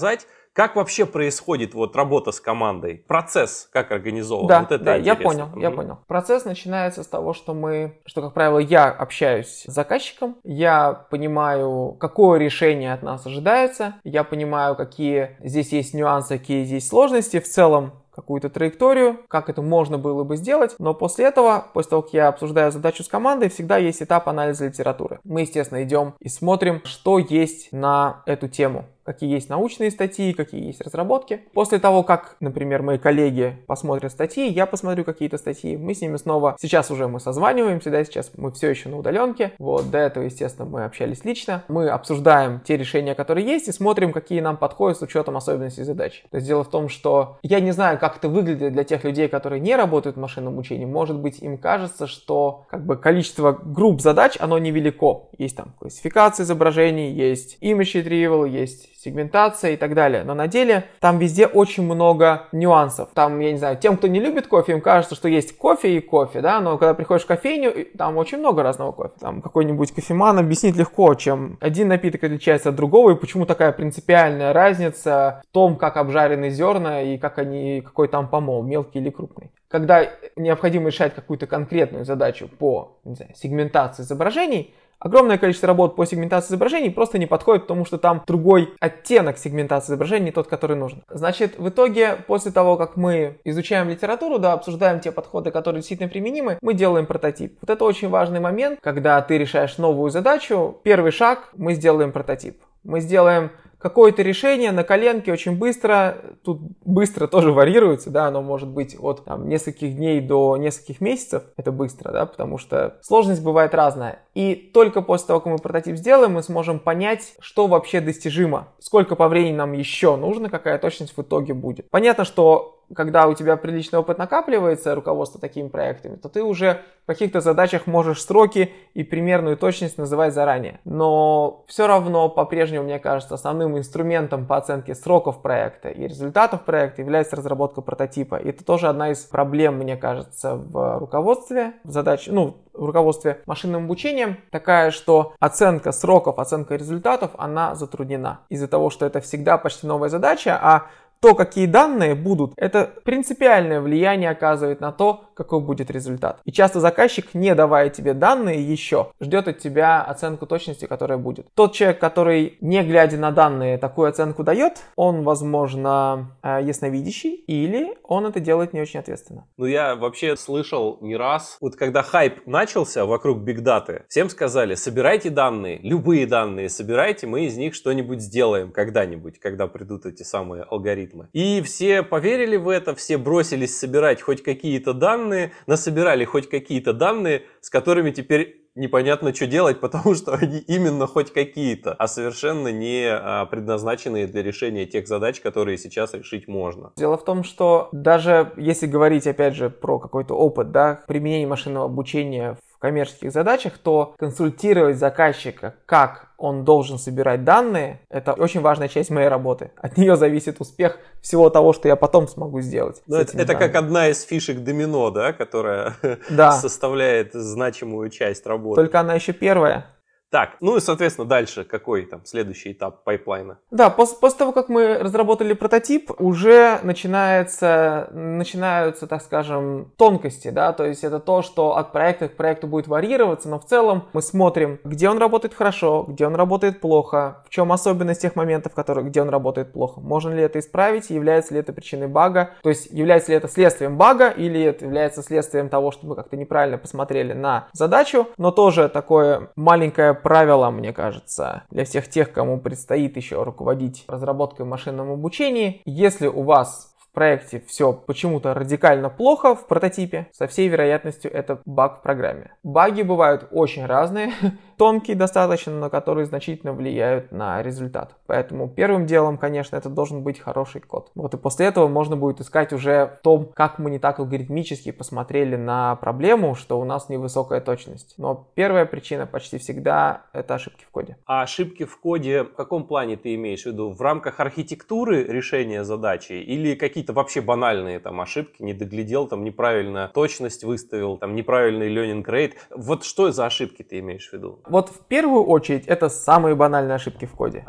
Как вообще происходит вот работа с командой? Процесс как организован? Да, вот это да, я интересно. понял, я понял. Процесс начинается с того, что мы, что, как правило, я общаюсь с заказчиком, я понимаю, какое решение от нас ожидается, я понимаю, какие здесь есть нюансы, какие здесь сложности в целом, какую-то траекторию, как это можно было бы сделать, но после этого, после того, как я обсуждаю задачу с командой, всегда есть этап анализа литературы. Мы, естественно, идем и смотрим, что есть на эту тему. Какие есть научные статьи, какие есть разработки. После того, как, например, мои коллеги посмотрят статьи, я посмотрю какие-то статьи, мы с ними снова, сейчас уже мы созваниваемся, да, сейчас мы все еще на удаленке, вот, до этого, естественно, мы общались лично, мы обсуждаем те решения, которые есть, и смотрим, какие нам подходят с учетом особенностей задачи. То есть дело в том, что я не знаю, как это выглядит для тех людей, которые не работают в машинном обучении, может быть, им кажется, что как бы количество групп задач, оно невелико. Есть там классификация изображений, есть image retrieval, есть сегментация и так далее. Но на деле там везде очень много нюансов. Там, я не знаю, тем, кто не любит кофе, им кажется, что есть кофе и кофе, да, но когда приходишь в кофейню, там очень много разного кофе. Там какой-нибудь кофеман объяснит легко, чем один напиток отличается от другого, и почему такая принципиальная разница в том, как обжарены зерна и как они, какой там помол, мелкий или крупный. Когда необходимо решать какую-то конкретную задачу по, не знаю, сегментации изображений, огромное количество работ по сегментации изображений просто не подходит, потому что там другой оттенок сегментации изображений, тот, который нужен. Значит, в итоге, после того, как мы изучаем литературу, да, обсуждаем те подходы, которые действительно применимы, мы делаем прототип. Вот это очень важный момент, когда ты решаешь новую задачу. Первый шаг, мы сделаем прототип. Мы сделаем какое-то решение на коленке очень быстро, тут быстро тоже варьируется, да, оно может быть от там, нескольких дней до нескольких месяцев, это быстро, да, потому что сложность бывает разная. И только после того, как мы прототип сделаем, мы сможем понять, что вообще достижимо, сколько по времени нам еще нужно, какая точность в итоге будет. Понятно, что когда у тебя приличный опыт накапливается, руководство такими проектами, то ты уже в каких-то задачах можешь сроки и примерную точность называть заранее. Но все равно, по-прежнему, мне кажется, основным инструментом по оценке сроков проекта и результатов проекта является разработка прототипа. И это тоже одна из проблем, мне кажется, в руководстве, в задаче, ну, в руководстве машинным обучением, такая, что оценка сроков, оценка результатов, она затруднена. Из-за того, что это всегда почти новая задача, а то, какие данные будут, это принципиальное влияние оказывает на то, какой будет результат. И часто заказчик, не давая тебе данные еще, ждет от тебя оценку точности, которая будет. Тот человек, который, не глядя на данные, такую оценку дает, он, возможно, ясновидящий, или он это делает не очень ответственно. Ну, я вообще слышал не раз, вот когда хайп начался вокруг бигдаты, всем сказали, собирайте данные, любые данные собирайте, мы из них что-нибудь сделаем когда-нибудь, когда придут эти самые алгоритмы. И все поверили в это, все бросились собирать хоть какие-то данные, насобирали хоть какие-то данные, с которыми теперь непонятно, что делать, потому что они именно хоть какие-то, а совершенно не а, предназначенные для решения тех задач, которые сейчас решить можно. Дело в том, что даже если говорить, опять же, про какой-то опыт, да, применения машинного обучения в коммерческих задачах, то консультировать заказчика, как он должен собирать данные, это очень важная часть моей работы. От нее зависит успех всего того, что я потом смогу сделать. Ну, это это как одна из фишек домино, да, которая да. составляет значимую часть работы. Только она еще первая. Так, ну и, соответственно, дальше какой там следующий этап пайплайна? Да, после, после того, как мы разработали прототип, уже начинается, начинаются, так скажем, тонкости, да, то есть это то, что от проекта к проекту будет варьироваться, но в целом мы смотрим, где он работает хорошо, где он работает плохо, в чем особенность тех моментов, которые, где он работает плохо, можно ли это исправить, является ли это причиной бага, то есть является ли это следствием бага или это является следствием того, что мы как-то неправильно посмотрели на задачу, но тоже такое маленькое правило, мне кажется, для всех тех, кому предстоит еще руководить разработкой в машинном обучении. Если у вас в проекте все почему-то радикально плохо в прототипе, со всей вероятностью это баг в программе. Баги бывают очень разные, тонкие достаточно, но которые значительно влияют на результат. Поэтому первым делом, конечно, это должен быть хороший код. Вот и после этого можно будет искать уже в том, как мы не так алгоритмически посмотрели на проблему, что у нас невысокая точность. Но первая причина почти всегда это ошибки в коде. А ошибки в коде в каком плане ты имеешь в виду? В рамках архитектуры решения задачи или какие-то вообще банальные там ошибки, не доглядел, там неправильно точность выставил, там неправильный learning rate? Вот что за ошибки ты имеешь в виду? Вот в первую очередь это самые банальные ошибки в коде. А, вот я прям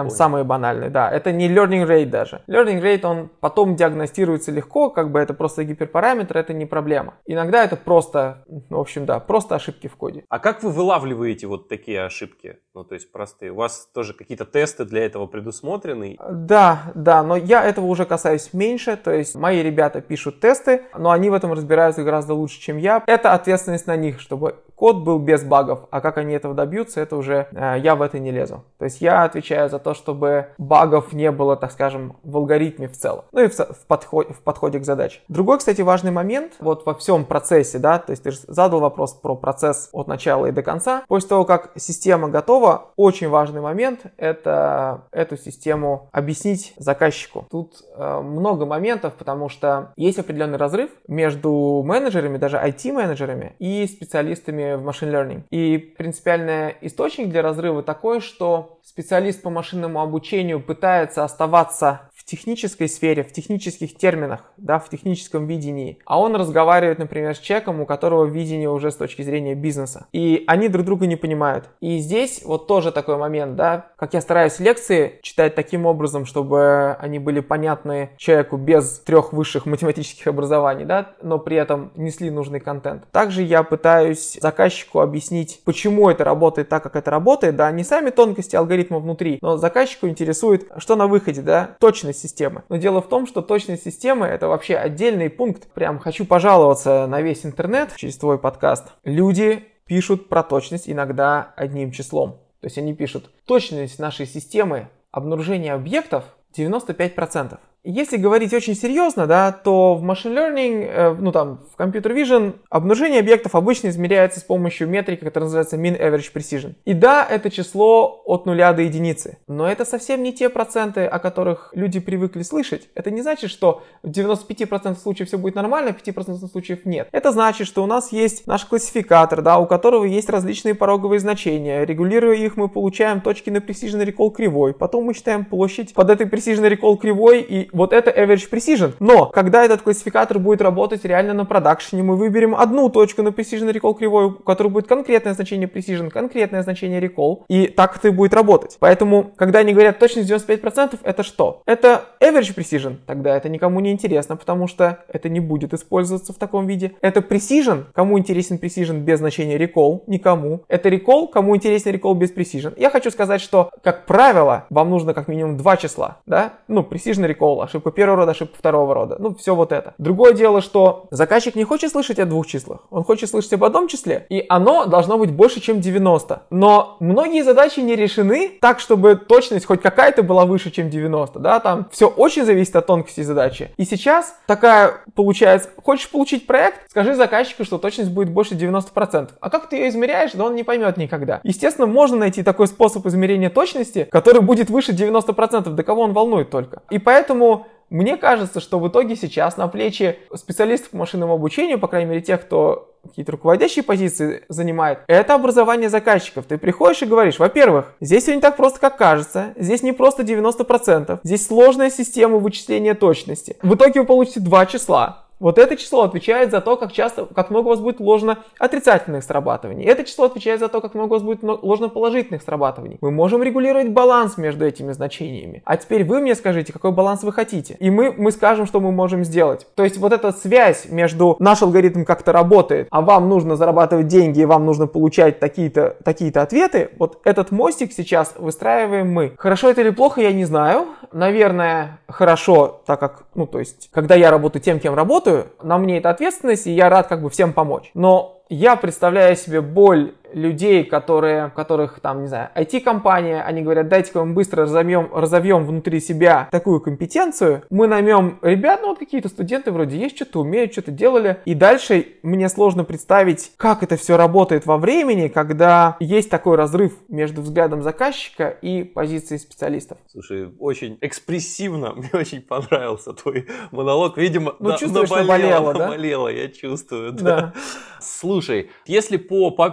прям Понял. Самые банальные, да. Это не learning rate даже. Learning rate, он потом диагностируется легко, как бы это просто гиперпараметр, это не проблема. Иногда это просто, в общем, да, просто ошибки в коде. А как вы вылавливаете вот такие ошибки? Ну, то есть простые. У вас тоже какие-то тесты для этого предусмотрены? Да, да, но я этого уже касаюсь меньше. То есть мои ребята пишут тесты, но они в этом разбираются гораздо лучше, чем я. Это ответственность на них, чтобы код был без багов. А как они этого добьются, это уже э, я в это не лезу. То есть я отвечаю за то, чтобы багов не было, так скажем, в алгоритме в целом. Ну и в, в, подход, в подходе к задаче. Другой, кстати, важный момент вот во всем процессе, да, то есть ты же задал вопрос про процесс от начала и до конца. После того, как система готова, очень важный момент — это эту систему объяснить заказчику. Тут э, много моментов, потому что есть определенный разрыв между менеджерами, даже ай ти-менеджерами и специалистами в machine learning. И принципиальный источник для разрыва такой, что специалист по машинному обучению пытается оставаться в технической сфере, в технических терминах, да, в техническом видении, а он разговаривает, например, с человеком, у которого видение уже с точки зрения бизнеса. И они друг друга не понимают. И здесь вот тоже такой момент, да, как я стараюсь лекции читать таким образом, чтобы они были понятны человеку без трех высших математических образований, да, но при этом несли нужный контент. Также я пытаюсь заказчику объяснить, почему это работает так, как это работает, да, не сами тонкости алгоритма внутри, но заказчику интересует, что на выходе, да, точность системы. Но дело в том, что точность системы — это вообще отдельный пункт. Прям хочу пожаловаться на весь интернет через твой подкаст. Люди пишут про точность иногда одним числом. То есть они пишут: точность нашей системы обнаружения объектов девяносто пять процентов. Если говорить очень серьезно, да, то в machine learning, э, ну там, в computer vision обнаружение объектов обычно измеряется с помощью метрики, которая называется mean average precision. И да, это число от нуля до единицы, но это совсем не те проценты, о которых люди привыкли слышать. Это не значит, что в девяноста пяти процентах случаев все будет нормально, в пяти процентах случаев нет. Это значит, что у нас есть наш классификатор, да, у которого есть различные пороговые значения. Регулируя их, мы получаем точки на precision recall кривой. Потом мы считаем площадь под этой precision recall кривой, и вот это average precision. Но когда этот классификатор будет работать реально на продакшене, мы выберем одну точку на precision recall кривой, у которой будет конкретное значение precision, конкретное значение recall, и так это и будет работать. Поэтому, когда они говорят точность девяносто пять процентов, это что? Это average precision. Тогда это никому не интересно, потому что это не будет использоваться в таком виде. Это precision. Кому интересен precision без значения recall? Никому. Это recall. Кому интересен recall без precision? Я хочу сказать, что, как правило, вам нужно как минимум два числа, да? Ну, precision recall, ошибка первого рода, ошибка второго рода. Ну, все вот это. Другое дело, что заказчик не хочет слышать о двух числах. Он хочет слышать об одном числе, и оно должно быть больше, чем девяносто. Но многие задачи не решены так, чтобы точность хоть какая-то была выше, чем девяносто. Да? Там все очень зависит от тонкости задачи. И сейчас такая получается: хочешь получить проект, скажи заказчику, что точность будет больше девяноста процентов. А как ты ее измеряешь, да он не поймет никогда. Естественно, можно найти такой способ измерения точности, который будет выше девяноста процентов. Да кого он волнует только. И поэтому мне кажется, что в итоге сейчас на плечи специалистов по машинному обучению, по крайней мере тех, кто какие-то руководящие позиции занимает, это образование заказчиков. Ты приходишь и говоришь: во-первых, здесь все не так просто, как кажется, здесь не просто девяносто процентов, здесь сложная система вычисления точности. В итоге вы получите два числа. Вот это число отвечает за то, как часто, как много у вас будет ложно отрицательных срабатываний. Это число отвечает за то, как много у вас будет ложно положительных срабатываний. Мы можем регулировать баланс между этими значениями. А теперь вы мне скажите, какой баланс вы хотите. И мы, мы скажем, что мы можем сделать. То есть вот эта связь между наш алгоритм как-то работает, а вам нужно зарабатывать деньги, и вам нужно получать такие-то, такие-то ответы. Вот этот мостик сейчас выстраиваем мы. Хорошо это или плохо, я не знаю. Наверное, хорошо, так как, ну то есть, когда я работаю тем, кем работаю, на мне это ответственность, и я рад как бы всем помочь. Но я представляю себе боль людей, которые, которых там, не знаю, ай ти-компания, они говорят: дайте-ка мы быстро разовьем, разовьем внутри себя такую компетенцию, мы наймем ребят, ну вот какие-то студенты вроде есть, что-то умеют, что-то делали, и дальше мне сложно представить, как это все работает во времени, когда есть такой разрыв между взглядом заказчика и позицией специалистов. Слушай, очень экспрессивно, мне очень понравился твой монолог, видимо, ну, на, чувствуешь, наболело, наболело, да? наболело, я чувствую, да. Да. Слушай, если по пайплайну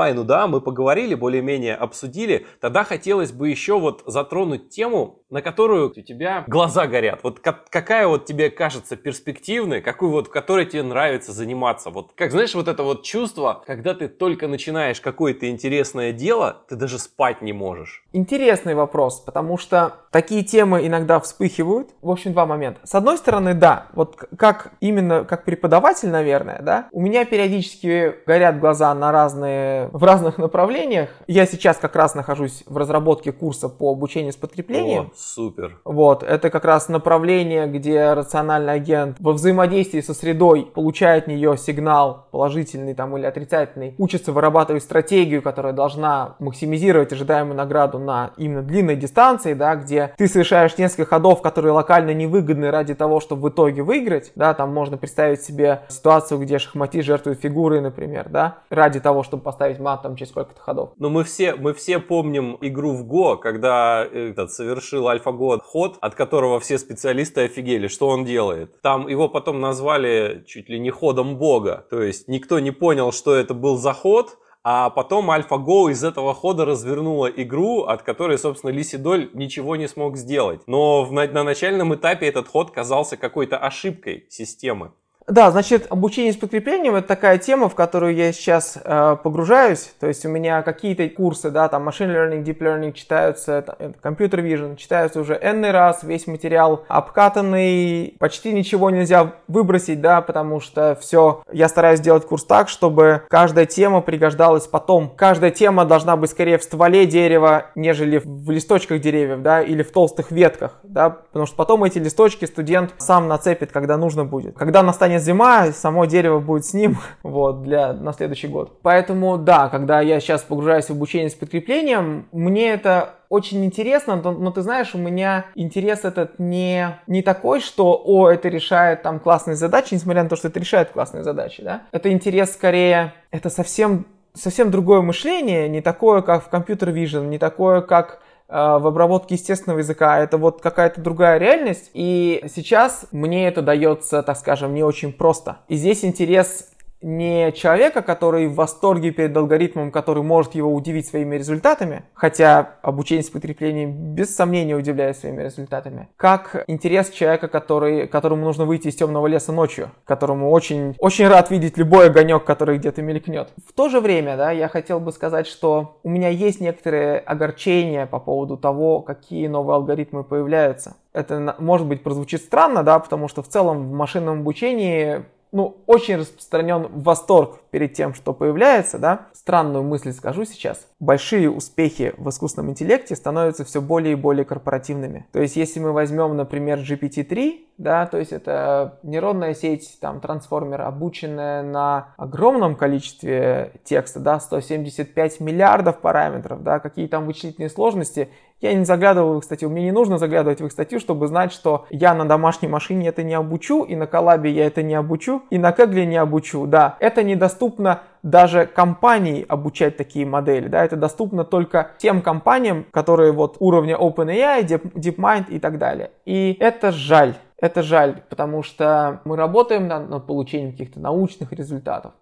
дедлайну, да, мы поговорили, более-менее обсудили. Тогда хотелось бы еще вот затронуть тему, на которую у тебя глаза горят. Вот как, какая вот тебе кажется перспективной, какую вот, в которой тебе нравится заниматься. Вот как, знаешь, вот это вот чувство, когда ты только начинаешь какое-то интересное дело, ты даже спать не можешь. Интересный вопрос, потому что такие темы иногда вспыхивают. В общем, два момента. С одной стороны, да, вот как именно как преподаватель, наверное, да, у меня периодически горят глаза на разные, в разных направлениях. Я сейчас как раз нахожусь в разработке курса по обучению с подкреплением. О, супер. Вот, это как раз направление, где рациональный агент во взаимодействии со средой получает от нее сигнал положительный там или отрицательный, учится вырабатывать стратегию, которая должна максимизировать ожидаемую награду на именно длинной дистанции, да, где ты совершаешь несколько ходов, которые локально невыгодны ради того, чтобы в итоге выиграть, да, там можно представить себе ситуацию, где шахматист жертвует фигурой, например, да, ради того, чтобы поставить мат там через сколько-то ходов. Но мы все, мы все помним игру в Го, когда этот совершил AlphaGo ход, от которого все специалисты офигели, что он делает. Там его потом назвали чуть ли не ходом бога, то есть никто не понял, что это был за ход. А потом AlphaGo из этого хода развернула игру, от которой, собственно, Ли Седоль ничего не смог сделать. Но в, на, на начальном этапе этот ход казался какой-то ошибкой системы. Да, значит, обучение с подкреплением — это такая тема, в которую я сейчас э, погружаюсь. То есть у меня какие-то курсы, да, там machine learning, deep learning читаются, это, это computer vision, читаются уже энный раз, весь материал обкатанный, почти ничего нельзя выбросить, да, потому что все, я стараюсь делать курс так, чтобы каждая тема пригождалась потом. Каждая тема должна быть скорее в стволе дерева, нежели в листочках деревьев, да, или в толстых ветках, да, потому что потом эти листочки студент сам нацепит, когда нужно будет. Когда настанет зима, само дерево будет с ним, вот, для, на следующий год. Поэтому, да, когда я сейчас погружаюсь в обучение с подкреплением, мне это очень интересно, но, но ты знаешь, у меня интерес этот не, не такой, что, о, это решает там классные задачи, несмотря на то, что это решает классные задачи, да. Это интерес скорее, это совсем, совсем другое мышление, не такое, как в компьютер vision, не такое, как в обработке естественного языка, это вот какая-то другая реальность, и сейчас мне это дается, так скажем, не очень просто. И здесь интерес не человека, который в восторге перед алгоритмом, который может его удивить своими результатами, хотя обучение с подкреплением без сомнения удивляет своими результатами, как интерес человека, который, которому нужно выйти из темного леса ночью, которому очень, очень рад видеть любой огонек, который где-то мелькнет. В то же время, да, я хотел бы сказать, что у меня есть некоторые огорчения по поводу того, какие новые алгоритмы появляются. Это, может быть, прозвучит странно, да, потому что в целом в машинном обучении ну, очень распространен восторг перед тем, что появляется, да. Странную мысль скажу сейчас. Большие успехи в искусственном интеллекте становятся все более и более корпоративными. То есть, если мы возьмем, например, джи пи ти три, да, то есть это нейронная сеть, там, трансформер, обученная на огромном количестве текста, да, сто семьдесят пять миллиардов параметров, да, какие там вычислительные сложности. Я не заглядывал в их статью, мне не нужно заглядывать в их статью, чтобы знать, что я на домашней машине это не обучу, и на коллабе я это не обучу, и на Кэгле не обучу, да. Это недоступно даже компании обучать такие модели, да, это доступно только тем компаниям, которые вот уровня OpenAI, DeepMind и так далее. И это жаль. Это жаль, потому что мы работаем над, над получением каких-то научных результатов.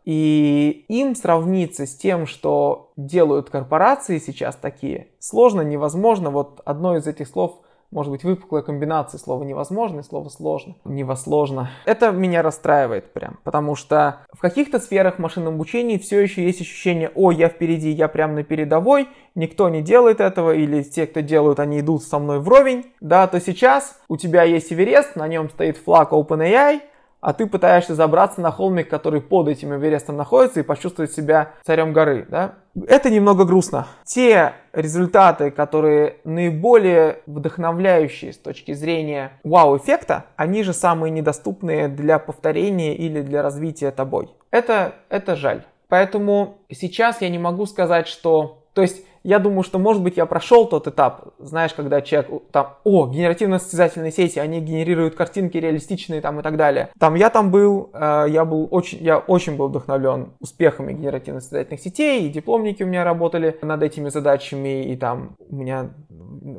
И им сравниться с тем, что делают корпорации сейчас такие, сложно, невозможно. Вот одно из этих слов, может быть, выпуклая комбинация слова невозможно и слова сложно. Невосложно. Это меня расстраивает прям, потому что в каких-то сферах машинного обучения все еще есть ощущение: о, я впереди, я прям на передовой, никто не делает этого, или те, кто делают, они идут со мной вровень, да, то сейчас у тебя есть Эверест, на нем стоит флаг OpenAI, а ты пытаешься забраться на холмик, который под этим Эверестом находится, и почувствовать себя царем горы, да? Это немного грустно. Те результаты, которые наиболее вдохновляющие с точки зрения вау-эффекта, они же самые недоступные для повторения или для развития тобой. Это, это жаль. Поэтому сейчас я не могу сказать, что... То есть я думаю, что, может быть, я прошел тот этап, знаешь, когда человек там, о, генеративно-состязательные сети, они генерируют картинки реалистичные там и так далее. Там я там был, э, я был очень, я очень был вдохновлен успехами генеративно-состязательных сетей, и дипломники у меня работали над этими задачами, и там у меня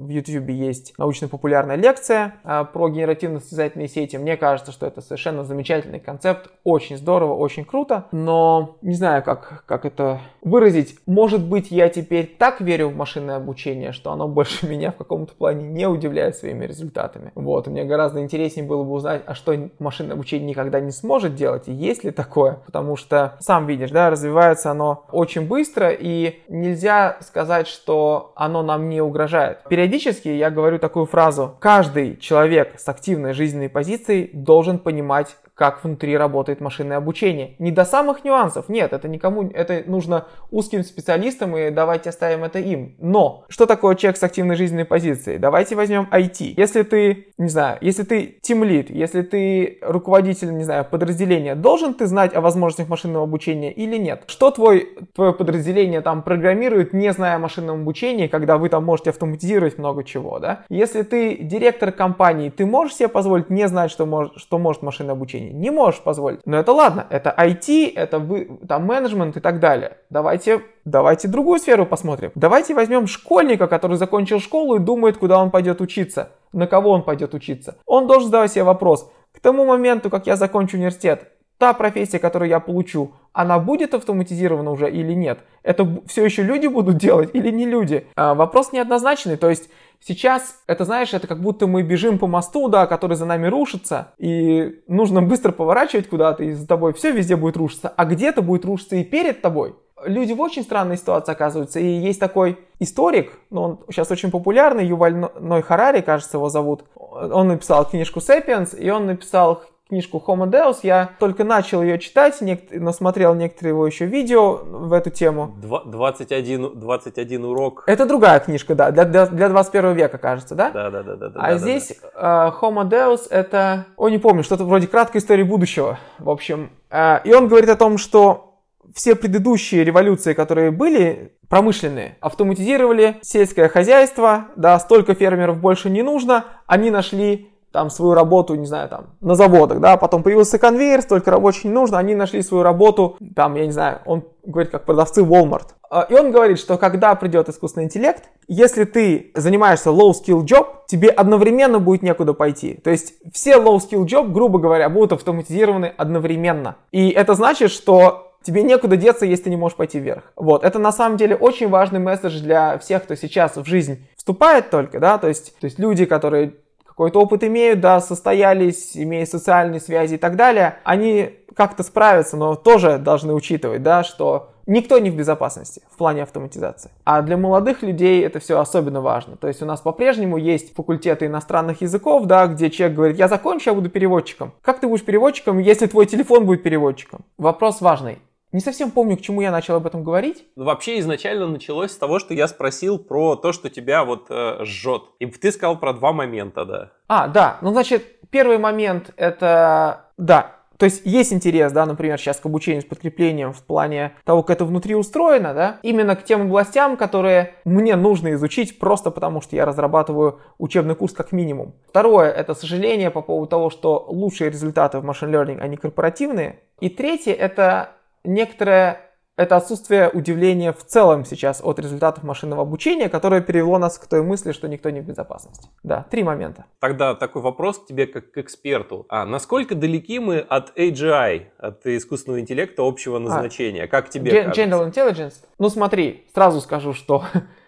в YouTube есть научно-популярная лекция а, про генеративно-состязательные сети. Мне кажется, что это совершенно замечательный концепт, очень здорово, очень круто, но не знаю, как, как это выразить. Может быть, я теперь так верю в машинное обучение, что оно больше меня в каком-то плане не удивляет своими результатами. Вот, мне гораздо интереснее было бы узнать, а что машинное обучение никогда не сможет делать, и есть ли такое, потому что, сам видишь, да, развивается оно очень быстро, и нельзя сказать, что оно нам не угрожает. Периодически я говорю такую фразу: каждый человек с активной жизненной позицией должен понимать, как внутри работает машинное обучение. Не до самых нюансов, нет, это никому, это нужно узким специалистам, и давайте оставим это им. Но, что такое человек с активной жизненной позицией? Давайте возьмем ай ти. Если ты, не знаю, если ты тимлид, если ты руководитель, не знаю, подразделения, должен ты знать о возможностях машинного обучения или нет? Что твой, твое подразделение там программирует, не зная о машинном обучении, когда вы там можете автоматизировать много чего, да? Если ты директор компании, ты можешь себе позволить не знать, что, мож, что может машинное обучение? Не можешь позволить. Но это ладно, это ай ти, это вы, там менеджмент и так далее. Давайте, давайте другую сферу посмотрим. Давайте возьмем школьника, который закончил школу и думает, куда он пойдет учиться, на кого он пойдет учиться. Он должен задавать себе вопрос: к тому моменту, как я закончу университет, та профессия, которую я получу, она будет автоматизирована уже или нет? Это все еще люди будут делать или не люди? А, вопрос неоднозначный, то есть сейчас, это знаешь, это как будто мы бежим по мосту, да, который за нами рушится, и нужно быстро поворачивать куда-то, и за тобой все везде будет рушиться, а где-то будет рушиться и перед тобой. Люди в очень странной ситуации оказываются, и есть такой историк, ну, он сейчас очень популярный, Юваль Ной Харари, кажется, его зовут. Он написал книжку «Sapiens», и он написал книжку Homo Deus. Я только начал ее читать, но смотрел некоторые его еще видео в эту тему. двадцать один, двадцать один урок. Это другая книжка, да, для, для, для двадцать первого века, кажется, да? Да, да, да, да. А да, здесь да. Uh, Homo Deus это, о, не помню, что-то вроде краткой истории будущего, в общем. Uh, и он говорит о том, что все предыдущие революции, которые были промышленные, автоматизировали сельское хозяйство, да, столько фермеров больше не нужно, они нашли там свою работу, не знаю, там, на заводах, да, потом появился конвейер, столько рабочих не нужно, они нашли свою работу, там, я не знаю, он говорит, как продавцы Walmart. И он говорит, что когда придет искусственный интеллект, если ты занимаешься low-skill job, тебе одновременно будет некуда пойти. То есть все low-skill job, грубо говоря, будут автоматизированы одновременно. И это значит, что тебе некуда деться, если ты не можешь пойти вверх. Вот, это на самом деле очень важный месседж для всех, кто сейчас в жизнь вступает только, да, то есть, то есть люди, которые какой-то опыт имеют, да, состоялись, имеют социальные связи и так далее, они как-то справятся, но тоже должны учитывать, да, что никто не в безопасности в плане автоматизации. А для молодых людей это все особенно важно. То есть у нас по-прежнему есть факультеты иностранных языков, да, где человек говорит: я закончу, я буду переводчиком. Как ты будешь переводчиком, если твой телефон будет переводчиком? Вопрос важный. Не совсем помню, к чему я начал об этом говорить. Вообще изначально началось с того, что я спросил про то, что тебя вот э, жжет. И ты сказал про два момента, да. А, да. Ну, значит, первый момент это... Да. То есть есть интерес, да, например, сейчас к обучению с подкреплением в плане того, как это внутри устроено, да, именно к тем областям, которые мне нужно изучить просто потому, что я разрабатываю учебный курс как минимум. Второе, это сожаление по поводу того, что лучшие результаты в машин learning, они корпоративные. И третье, это некоторое, это отсутствие удивления в целом сейчас от результатов машинного обучения, которое перевело нас к той мысли, что никто не в безопасности. Да, три момента. Тогда такой вопрос к тебе как к эксперту. А насколько далеки мы от эй джи ай, от искусственного интеллекта общего назначения? А, как тебе Gen- кажется? General Intelligence? Ну смотри, сразу скажу, что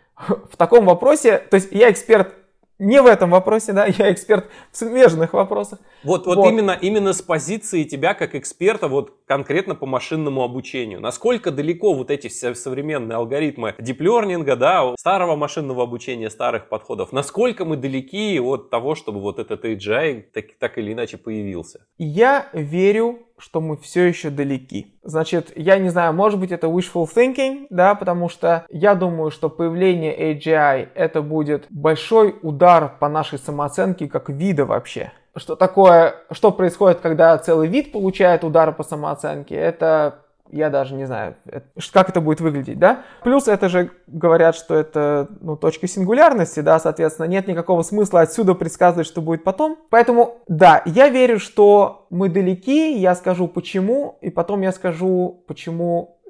в таком вопросе, то есть я эксперт не в этом вопросе, да, я эксперт в смежных вопросах. Вот, вот, вот. Именно, именно с позиции тебя как эксперта вот конкретно по машинному обучению. Насколько далеко вот эти современные алгоритмы дип-лернинга, да, старого машинного обучения, старых подходов, насколько мы далеки от того, чтобы вот этот эй джи ай так, так или иначе появился? Я верю, что мы все еще далеки. Значит, я не знаю, может быть это wishful thinking, да, потому что я думаю, что появление эй джи ай это будет большой удар по нашей самооценке как вида вообще. Что такое, что происходит, когда целый вид получает удар по самооценке, это... Я даже не знаю, как это будет выглядеть, да? Плюс это же говорят, что это, ну, точка сингулярности, да, соответственно, нет никакого смысла отсюда предсказывать, что будет потом. Поэтому, да, я верю, что мы далеки, я скажу почему, и потом я скажу, почему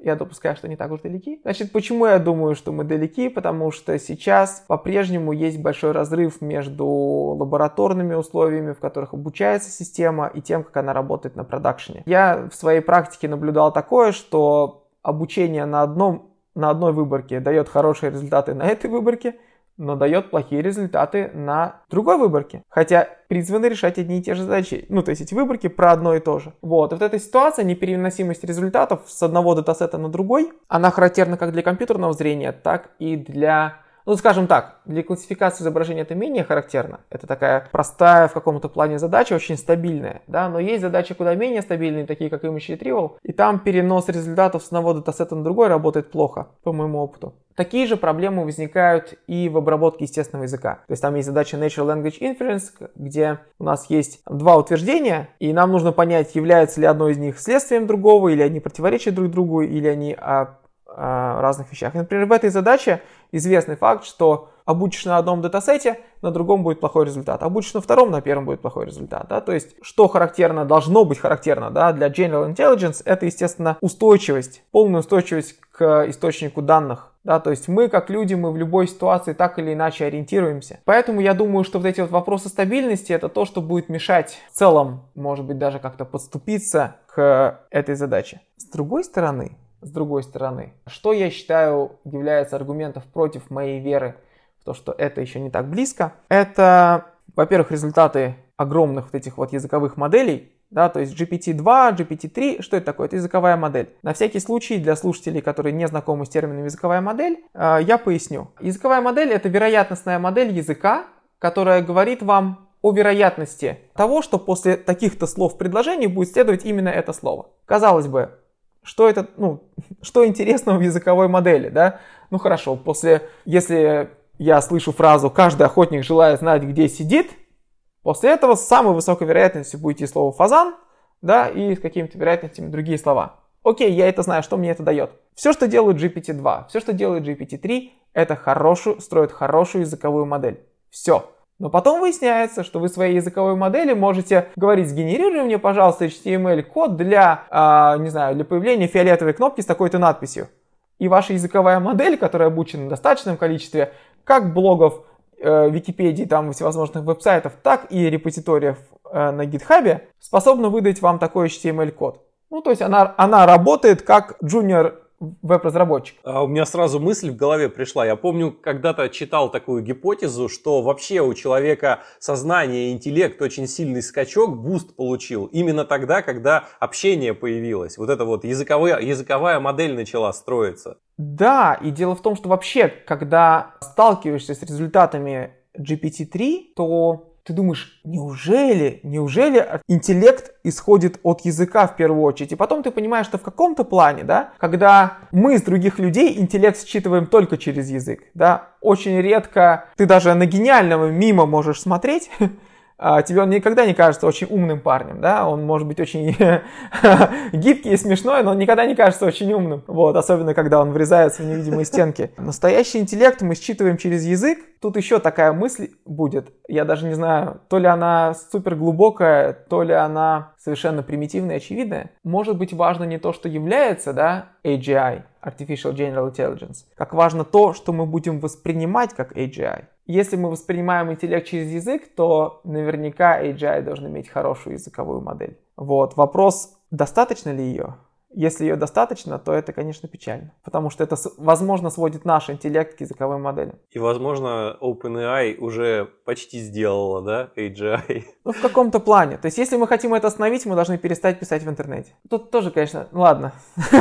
Я допускаю, что не так уж далеки. Значит, почему я думаю, что мы далеки? Потому что сейчас по-прежнему есть большой разрыв между лабораторными условиями, в которых обучается система, и тем, как она работает на продакшене. Я в своей практике наблюдал такое, что обучение на, одном, на одной выборке дает хорошие результаты на этой выборке, но дает плохие результаты на другой выборке. Хотя призваны решать одни и те же задачи. Ну, то есть эти выборки про одно и то же. Вот. И вот эта ситуация, непереносимость результатов с одного датасета на другой, она характерна как для компьютерного зрения, так и для... Ну, скажем так, для классификации изображения это менее характерно. Это такая простая в каком-то плане задача, очень стабильная, да, но есть задачи куда менее стабильные, такие как Image Retrieval, и там перенос результатов с одного датасета на другой работает плохо, по моему опыту. Такие же проблемы возникают и в обработке естественного языка. То есть там есть задача Natural Language Inference, где у нас есть два утверждения, и нам нужно понять, является ли одно из них следствием другого, или они противоречат друг другу, или они о, о разных вещах. Например, в этой задаче известный факт, что обучишь на одном датасете, на другом будет плохой результат. Обучишь на втором, на первом будет плохой результат. Да? То есть, что характерно, должно быть характерно, да, для General Intelligence, это, естественно, устойчивость, полная устойчивость к источнику данных. Да? То есть, мы, как люди, мы в любой ситуации так или иначе ориентируемся. Поэтому я думаю, что вот эти вот вопросы стабильности, это то, что будет мешать в целом, может быть, даже как-то подступиться к этой задаче. С другой стороны, С другой стороны, что я считаю является аргументом против моей веры в то, что это еще не так близко, это, во-первых, результаты огромных вот этих вот языковых моделей, да, то есть джи пи ти два, джи пи ти три, что это такое? Это языковая модель. На всякий случай, для слушателей, которые не знакомы с термином языковая модель, я поясню. Языковая модель — это вероятностная модель языка, которая говорит вам о вероятности того, что после таких-то слов в предложении будет следовать именно это слово. Казалось бы, Что это, ну, что интересного в языковой модели, да? Ну хорошо, после, если я слышу фразу «каждый охотник желает знать, где сидит», после этого с самой высокой вероятностью будет идти слово «фазан», да, и с какими-то вероятностями другие слова. Окей, я это знаю, что мне это дает? Все, что делает джи пи ти два, все, что делает джи пи ти три, это хорошую, строит хорошую языковую модель. Все. Но потом выясняется, что вы в своей языковой модели можете говорить: сгенерируй мне, пожалуйста, эйч ти эм эль-код для, э, не знаю, для появления фиолетовой кнопки с такой-то надписью. И ваша языковая модель, которая обучена в достаточном количестве как блогов, э, Википедии, там, всевозможных веб-сайтов, так и репозиториев э, на GitHub, способна выдать вам такой эйч ти эм эль-код. Ну, то есть она, она работает как junior веб-разработчик. А у меня сразу мысль в голове пришла. Я помню, когда-то читал такую гипотезу, что вообще у человека сознание и интеллект очень сильный скачок, буст получил именно тогда, когда общение появилось. Вот эта вот языковая, языковая модель начала строиться. Да, и дело в том, что вообще, когда сталкиваешься с результатами джи пи ти три, то ты думаешь, неужели, неужели интеллект исходит от языка в первую очередь? И потом ты понимаешь, что в каком-то плане, да, когда мы с других людей интеллект считываем только через язык, да, очень редко ты даже на гениального мимо можешь смотреть, тебе он никогда не кажется очень умным парнем, да, он может быть очень гибкий и смешной, но он никогда не кажется очень умным, вот, особенно когда он врезается в невидимые стенки. Настоящий интеллект мы считываем через язык. Тут еще такая мысль будет, я даже не знаю, то ли она супер глубокая, то ли она совершенно примитивная и очевидная. Может быть, важно не то, что является, да, эй джи ай, Artificial General Intelligence, как важно то, что мы будем воспринимать как эй джи ай. Если мы воспринимаем интеллект через язык, то наверняка эй джи ай должен иметь хорошую языковую модель. Вот, вопрос, достаточно ли ее? Если ее достаточно, то это, конечно, печально. Потому что это, возможно, сводит наш интеллект к языковой модели. И, возможно, OpenAI уже почти сделала, да, эй джи ай? Ну, в каком-то плане. То есть, если мы хотим это остановить, мы должны перестать писать в интернете. Тут тоже, конечно, ну ладно.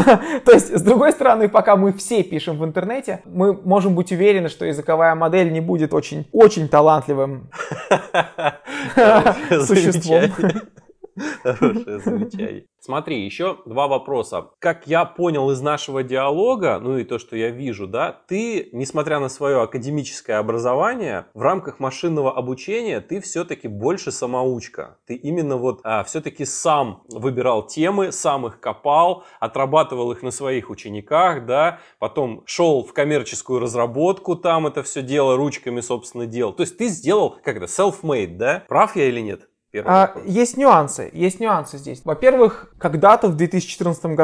То есть, с другой стороны, пока мы все пишем в интернете, мы можем быть уверены, что языковая модель не будет очень, очень талантливым существом. Хорошее замечание. Смотри, еще два вопроса. Как я понял из нашего диалога, ну и то, что я вижу, да, ты, несмотря на свое академическое образование, в рамках машинного обучения ты все-таки больше самоучка. Ты именно вот а, все-таки сам выбирал темы, сам их копал, отрабатывал их на своих учениках, да, потом шел в коммерческую разработку, там это все дело ручками, собственно, делал. То есть ты сделал, как это, self-made, да? Прав я или нет? А, есть нюансы, есть нюансы здесь. Во-первых, когда-то в две тысячи четырнадцатом году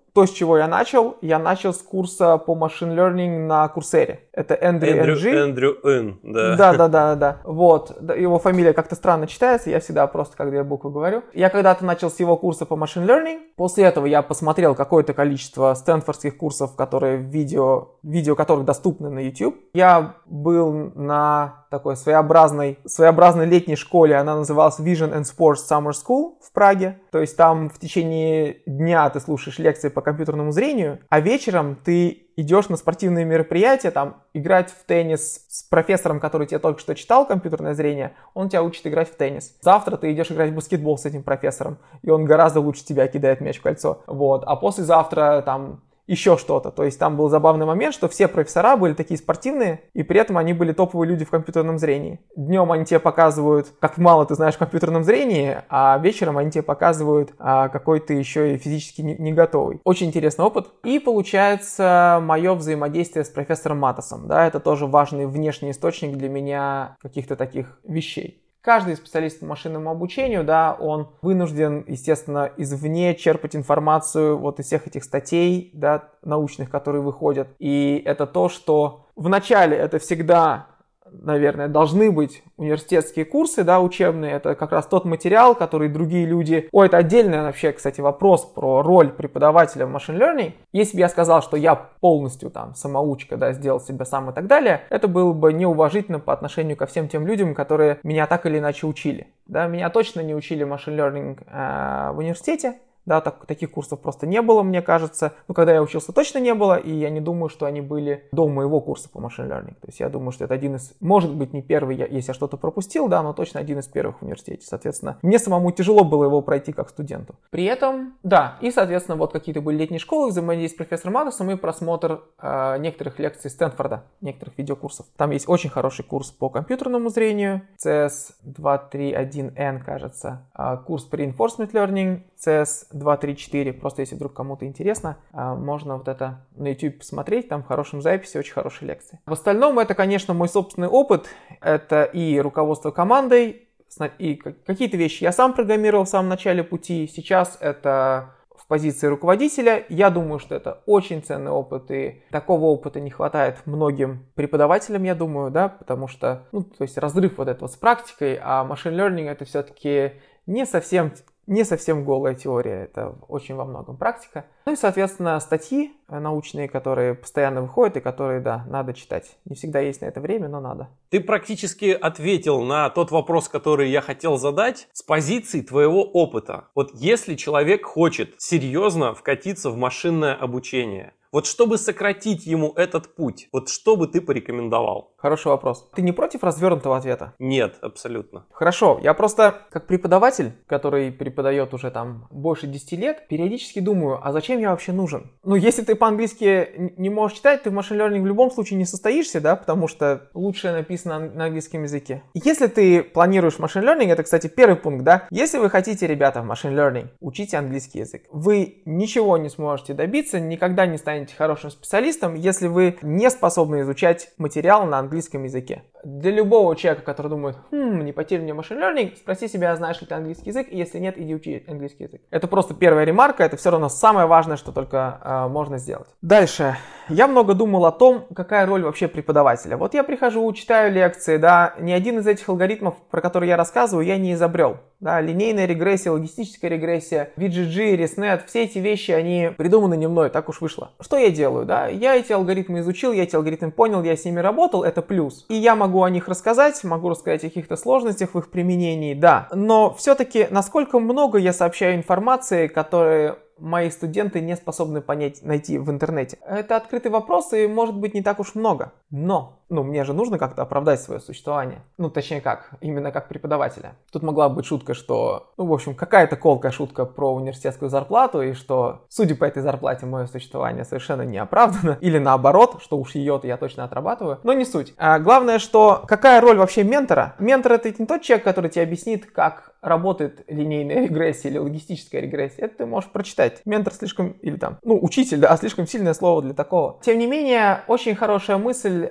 то, с чего я начал, я начал с курса по machine learning на Курсере. Это Эндрю Эн Джи. Эндрю Эн, да. Да, да, да, да. Вот. Его фамилия как-то странно читается, я всегда просто, когда я буквы говорю. Я когда-то начал с его курса по machine learning. После этого я посмотрел какое-то количество стэнфордских курсов, которые видео, видео которых доступны на YouTube. Я был на такой своеобразной, своеобразной летней школе, она называлась Vision and Sports Summer School в Праге. То есть там в течение дня ты слушаешь лекции по компьютерному зрению, а вечером ты идешь на спортивные мероприятия, там, играть в теннис с профессором, который тебе только что читал компьютерное зрение, он тебя учит играть в теннис. Завтра ты идешь играть в баскетбол с этим профессором, и он гораздо лучше тебя кидает мяч в кольцо. Вот. А послезавтра, там, еще что-то. То есть там был забавный момент, что все профессора были такие спортивные, и при этом они были топовые люди в компьютерном зрении. Днем они тебе показывают, как мало ты знаешь в компьютерном зрении, а вечером они тебе показывают, а, какой ты еще и физически не, не готовый. Очень интересный опыт. И получается мое взаимодействие с профессором Матосом. Да, это тоже важный внешний источник для меня каких-то таких вещей. Каждый специалист по машинному обучению, да, он вынужден, естественно, извне черпать информацию вот из всех этих статей, да, научных, которые выходят. И это то, что вначале это всегда, наверное, должны быть университетские курсы, да, учебные. Это как раз тот материал, который другие люди... Ой, это отдельный вообще, кстати, вопрос про роль преподавателя в machine learning. Если бы я сказал, что я полностью там самоучка, да, сделал себя сам и так далее, это было бы неуважительно по отношению ко всем тем людям, которые меня так или иначе учили. Да, меня точно не учили machine learning э, в университете. Да, так, таких курсов просто не было, мне кажется. Ну, когда я учился, точно не было, и я не думаю, что они были до моего курса по machine learning. То есть я думаю, что это один из, может быть, не первый, если я что-то пропустил, да, но точно один из первых в университете. Соответственно, мне самому тяжело было его пройти как студенту. При этом, да, и, соответственно, вот какие-то были летние школы, взаимодействие с профессором Матосом и просмотр э, некоторых лекций Стэнфорда, некоторых видеокурсов. Там есть очень хороший курс по компьютерному зрению, си эс двести тридцать один эн, кажется, э, курс по reinforcement learning, си эс двести тридцать четыре, просто если вдруг кому-то интересно, можно вот это на YouTube посмотреть, там в хорошем записи, очень хорошие лекции. В остальном это, конечно, мой собственный опыт, это и руководство командой, и какие-то вещи я сам программировал в самом начале пути, сейчас это в позиции руководителя. Я думаю, что это очень ценный опыт, и такого опыта не хватает многим преподавателям, я думаю, да, потому что, ну, то есть разрыв вот этого с практикой, а machine learning это все-таки не совсем... Не совсем голая теория, это очень во многом практика. Ну и, соответственно, статьи научные, которые постоянно выходят и которые, да, надо читать. Не всегда есть на это время, но надо. Ты практически ответил на тот вопрос, который я хотел задать, с позиции твоего опыта. Вот если человек хочет серьезно вкатиться в машинное обучение, вот чтобы сократить ему этот путь, вот что бы ты порекомендовал? Хороший вопрос. Ты не против развернутого ответа? Нет, абсолютно. Хорошо. Я просто, как преподаватель, который преподает уже там больше десяти лет, периодически думаю, а зачем я вообще нужен? Ну, если ты по-английски не можешь читать, ты в machine learning в любом случае не состоишься, да, потому что лучшее написано на английском языке. Если ты планируешь machine learning, это, кстати, первый пункт, да, если вы хотите, ребята, в machine learning, учите английский язык. Вы ничего не сможете добиться, никогда не станете хорошим специалистом, если вы не способны изучать материал на английском языке. Для любого человека, который думает, хм, не потерян мне machine learning, спроси себя, знаешь ли ты английский язык, и если нет, иди учи английский язык. Это просто первая ремарка, это все равно самое важное, что только э, можно сделать. Дальше. Я много думал о том, какая роль вообще преподавателя. Вот я прихожу, читаю лекции, да, ни один из этих алгоритмов, про которые я рассказываю, я не изобрел. Да, линейная регрессия, логистическая регрессия, ви джи джи, ResNet, все эти вещи, они придуманы не мной, так уж вышло. Что я делаю, да? Я эти алгоритмы изучил, я эти алгоритмы понял, я с ними работал, это плюс. И я могу о них рассказать, могу рассказать о каких-то сложностях в их применении, да. Но все-таки, насколько много я сообщаю информации, которые мои студенты не способны понять, найти в интернете. Это открытый вопрос, и может быть не так уж много. Но, ну, мне же нужно как-то оправдать свое существование. Ну, точнее как, именно как преподавателя. Тут могла быть шутка, что, ну, в общем, какая-то колкая шутка про университетскую зарплату, и что, судя по этой зарплате, мое существование совершенно не оправдано. Или наоборот, что уж ее-то я точно отрабатываю. Но не суть. А главное, что какая роль вообще ментора? Ментор — это не тот человек, который тебе объяснит, как работает линейная регрессия или логистическая регрессия. Это ты можешь прочитать. Ментор слишком, или там, ну, учитель, да, слишком сильное слово для такого. Тем не менее, очень хорошая мысль есть такая,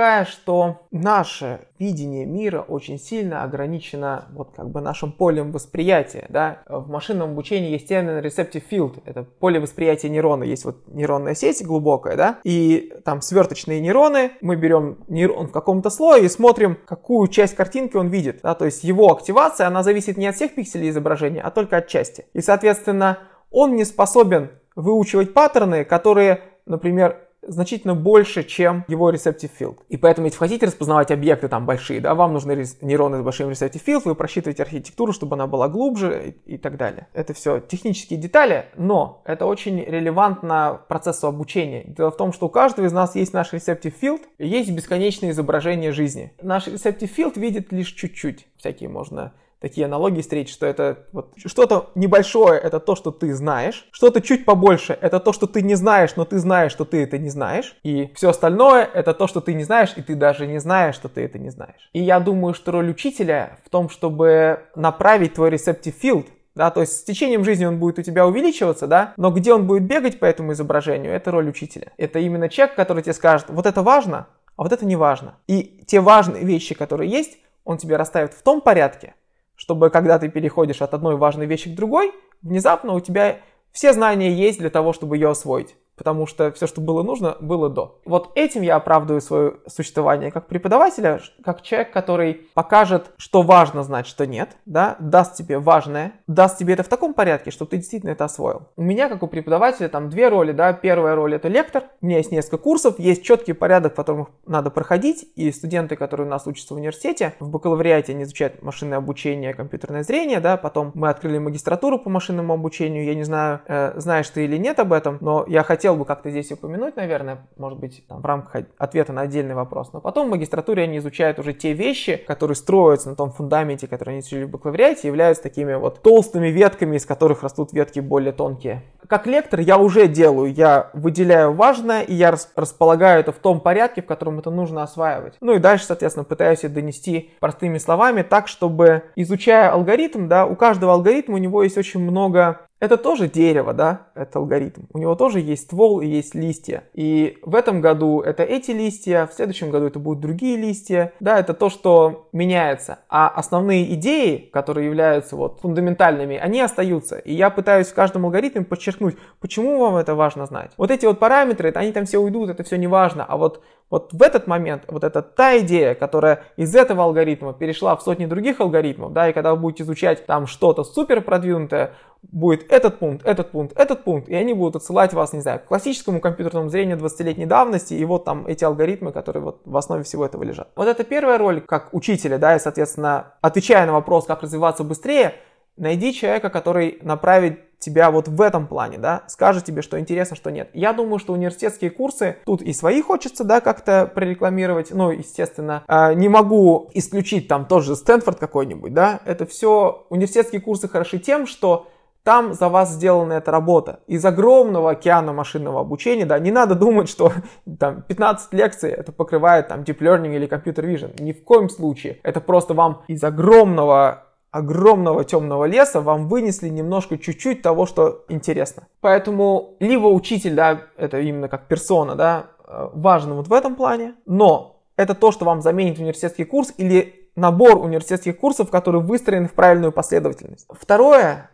такая, что наше видение мира очень сильно ограничено вот как бы нашим полем восприятия, да. В машинном обучении есть термин receptive field, это поле восприятия нейрона, есть вот нейронная сеть глубокая, да, и там сверточные нейроны, мы берем нейрон в каком-то слое и смотрим, какую часть картинки он видит, да, то есть его активация, она зависит не от всех пикселей изображения, а только от части. И, соответственно, он не способен выучивать паттерны, которые, например, значительно больше, чем его receptive field. И поэтому, если хотите распознавать объекты там большие, да, вам нужны нейроны с большим receptive field, вы просчитываете архитектуру, чтобы она была глубже и, и так далее. Это все технические детали, но это очень релевантно процессу обучения. Дело в том, что у каждого из нас есть наш receptive field и есть бесконечное изображение жизни. Наш receptive field видит лишь чуть-чуть. Всякие можно такие аналогии встретить, что это вот что-то небольшое, это то, что ты знаешь, что-то чуть побольше, это то, что ты не знаешь, но ты знаешь, что ты это не знаешь, и все остальное, это то, что ты не знаешь, и ты даже не знаешь, что ты это не знаешь. И я думаю, что роль учителя в том, чтобы направить твой receptive field, да, то есть с течением жизни он будет у тебя увеличиваться, да, но где он будет бегать по этому изображению, это роль учителя. Это именно человек, который тебе скажет, вот это важно, а вот это не важно. И те важные вещи, которые есть, он тебе расставит в том порядке, чтобы когда ты переходишь от одной важной вещи к другой, внезапно у тебя все знания есть для того, чтобы ее освоить. Потому что все, что было нужно, было до. Вот этим я оправдываю свое существование как преподавателя, как человек, который покажет, что важно знать, что нет, да, даст тебе важное, даст тебе это в таком порядке, чтобы ты действительно это освоил. У меня, как у преподавателя, там две роли, да, первая роль — это лектор, у меня есть несколько курсов, есть четкий порядок, в котором надо проходить, и студенты, которые у нас учатся в университете, в бакалавриате они изучают машинное обучение, компьютерное зрение, да, потом мы открыли магистратуру по машинному обучению, я не знаю, э, знаешь ты или нет об этом, но я хотел Хотел бы как-то здесь упомянуть, наверное, может быть, там, в рамках ответа на отдельный вопрос. Но потом в магистратуре они изучают уже те вещи, которые строятся на том фундаменте, который они изучили в бакалавриате, являются такими вот толстыми ветками, из которых растут ветки более тонкие. Как лектор я уже делаю, я выделяю важное, и я располагаю это в том порядке, в котором это нужно осваивать. Ну и дальше, соответственно, пытаюсь это донести простыми словами так, чтобы, изучая алгоритм, да, у каждого алгоритма у него есть очень много... Это тоже дерево, да, это алгоритм. У него тоже есть ствол и есть листья. И в этом году это эти листья, в следующем году это будут другие листья. Да, это то, что меняется. А основные идеи, которые являются вот фундаментальными, они остаются. И я пытаюсь в каждом алгоритме подчеркнуть, почему вам это важно знать. Вот эти вот параметры, они там все уйдут, это все не важно. А вот, вот в этот момент, вот это та идея, которая из этого алгоритма перешла в сотни других алгоритмов, да, и когда вы будете изучать там что-то супер продвинутое, будет этот пункт, этот пункт, этот пункт, и они будут отсылать вас, не знаю, к классическому компьютерному зрению двадцатилетней давности, и вот там эти алгоритмы, которые вот в основе всего этого лежат. Вот это первая роль как учителя, да, и, соответственно, отвечая на вопрос, как развиваться быстрее, найди человека, который направит тебя вот в этом плане, да, скажет тебе, что интересно, что нет. Я думаю, что университетские курсы, тут и свои хочется, да, как-то прорекламировать, ну, естественно, э, не могу исключить там тот же Стэнфорд какой-нибудь, да, это все, университетские курсы хороши тем, что там за вас сделана эта работа. Из огромного океана машинного обучения, да, не надо думать, что там пятнадцать лекций это покрывает там Deep Learning или Computer Vision. Ни в коем случае. Это просто вам из огромного, огромного темного леса вам вынесли немножко чуть-чуть того, что интересно. Поэтому либо учитель, да, это именно как персона, да, важен вот в этом плане, но это то, что вам заменит университетский курс или набор университетских курсов, которые выстроены в правильную последовательность. Второе,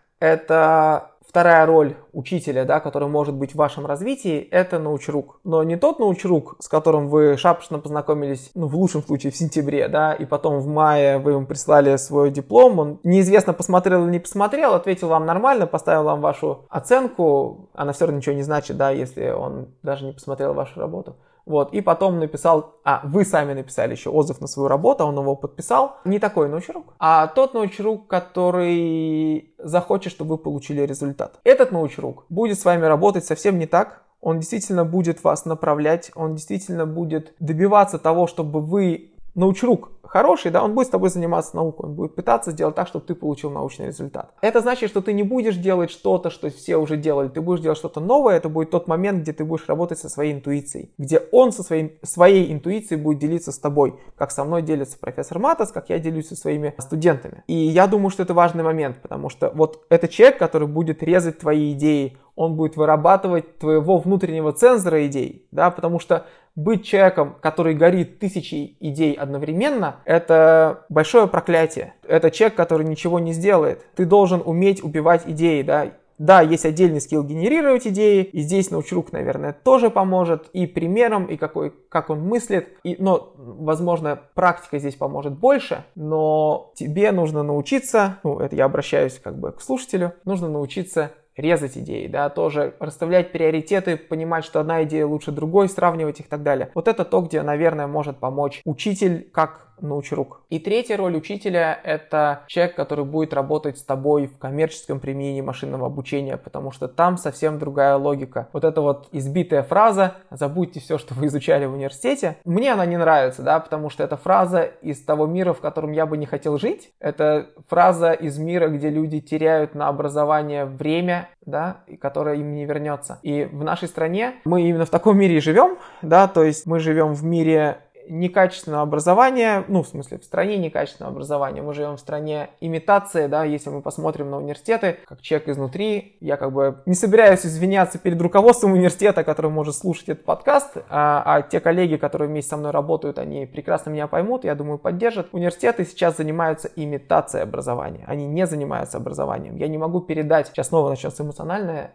это вторая роль учителя, да, который может быть в вашем развитии, это научрук. Но не тот научрук, с которым вы шапошно познакомились, ну, в лучшем случае в сентябре, да, и потом в мае вы ему прислали свой диплом, он неизвестно посмотрел или не посмотрел, ответил вам нормально, поставил вам вашу оценку, она все равно ничего не значит, да, если он даже не посмотрел вашу работу. Вот, и потом написал, а, вы сами написали еще отзыв на свою работу, он его подписал. Не такой научрук, а тот научрук, который захочет, чтобы вы получили результат. Этот научрук будет с вами работать совсем не так. Он действительно будет вас направлять, он действительно будет добиваться того, чтобы вы, научрук, хороший, да, он будет с тобой заниматься наукой, он будет пытаться сделать так, чтобы ты получил научный результат. Это значит, что ты не будешь делать что-то, что все уже делали, ты будешь делать что-то новое, это будет тот момент, где ты будешь работать со своей интуицией, где он со своим, своей интуицией будет делиться с тобой, как со мной делится профессор Матас, как я делюсь со своими студентами. И я думаю, что это важный момент, потому что вот это человек, который будет резать твои идеи, он будет вырабатывать твоего внутреннего цензора идей, да, потому что быть человеком, который горит тысячей идей одновременно, это большое проклятие. Это человек, который ничего не сделает. Ты должен уметь убивать идеи, да. Да, есть отдельный скилл генерировать идеи, и здесь научрук, наверное, тоже поможет и примером, и какой, как он мыслит, и, но, возможно, практика здесь поможет больше, но тебе нужно научиться, ну, это я обращаюсь как бы к слушателю, нужно научиться резать идеи, да, тоже расставлять приоритеты, понимать, что одна идея лучше другой, сравнивать их и так далее. Вот это то, где, наверное, может помочь учитель как научрук. И третья роль учителя — это человек, который будет работать с тобой в коммерческом применении машинного обучения, потому что там совсем другая логика. Вот эта вот избитая фраза «забудьте все, что вы изучали в университете», мне она не нравится, да, потому что это фраза из того мира, в котором я бы не хотел жить. Это фраза из мира, где люди теряют на образование время, да, и которое им не вернется. И в нашей стране мы именно в таком мире и живем, да, то есть мы живем в мире некачественного образования, ну, в смысле, в стране некачественного образования. Мы живем в стране имитации, да, если мы посмотрим на университеты, как человек изнутри, я как бы не собираюсь извиняться перед руководством университета, который может слушать этот подкаст, а, а те коллеги, которые вместе со мной работают, они прекрасно меня поймут, я думаю, поддержат. Университеты сейчас занимаются имитацией образования, они не занимаются образованием. Я не могу передать, сейчас снова начнется эмоциональное,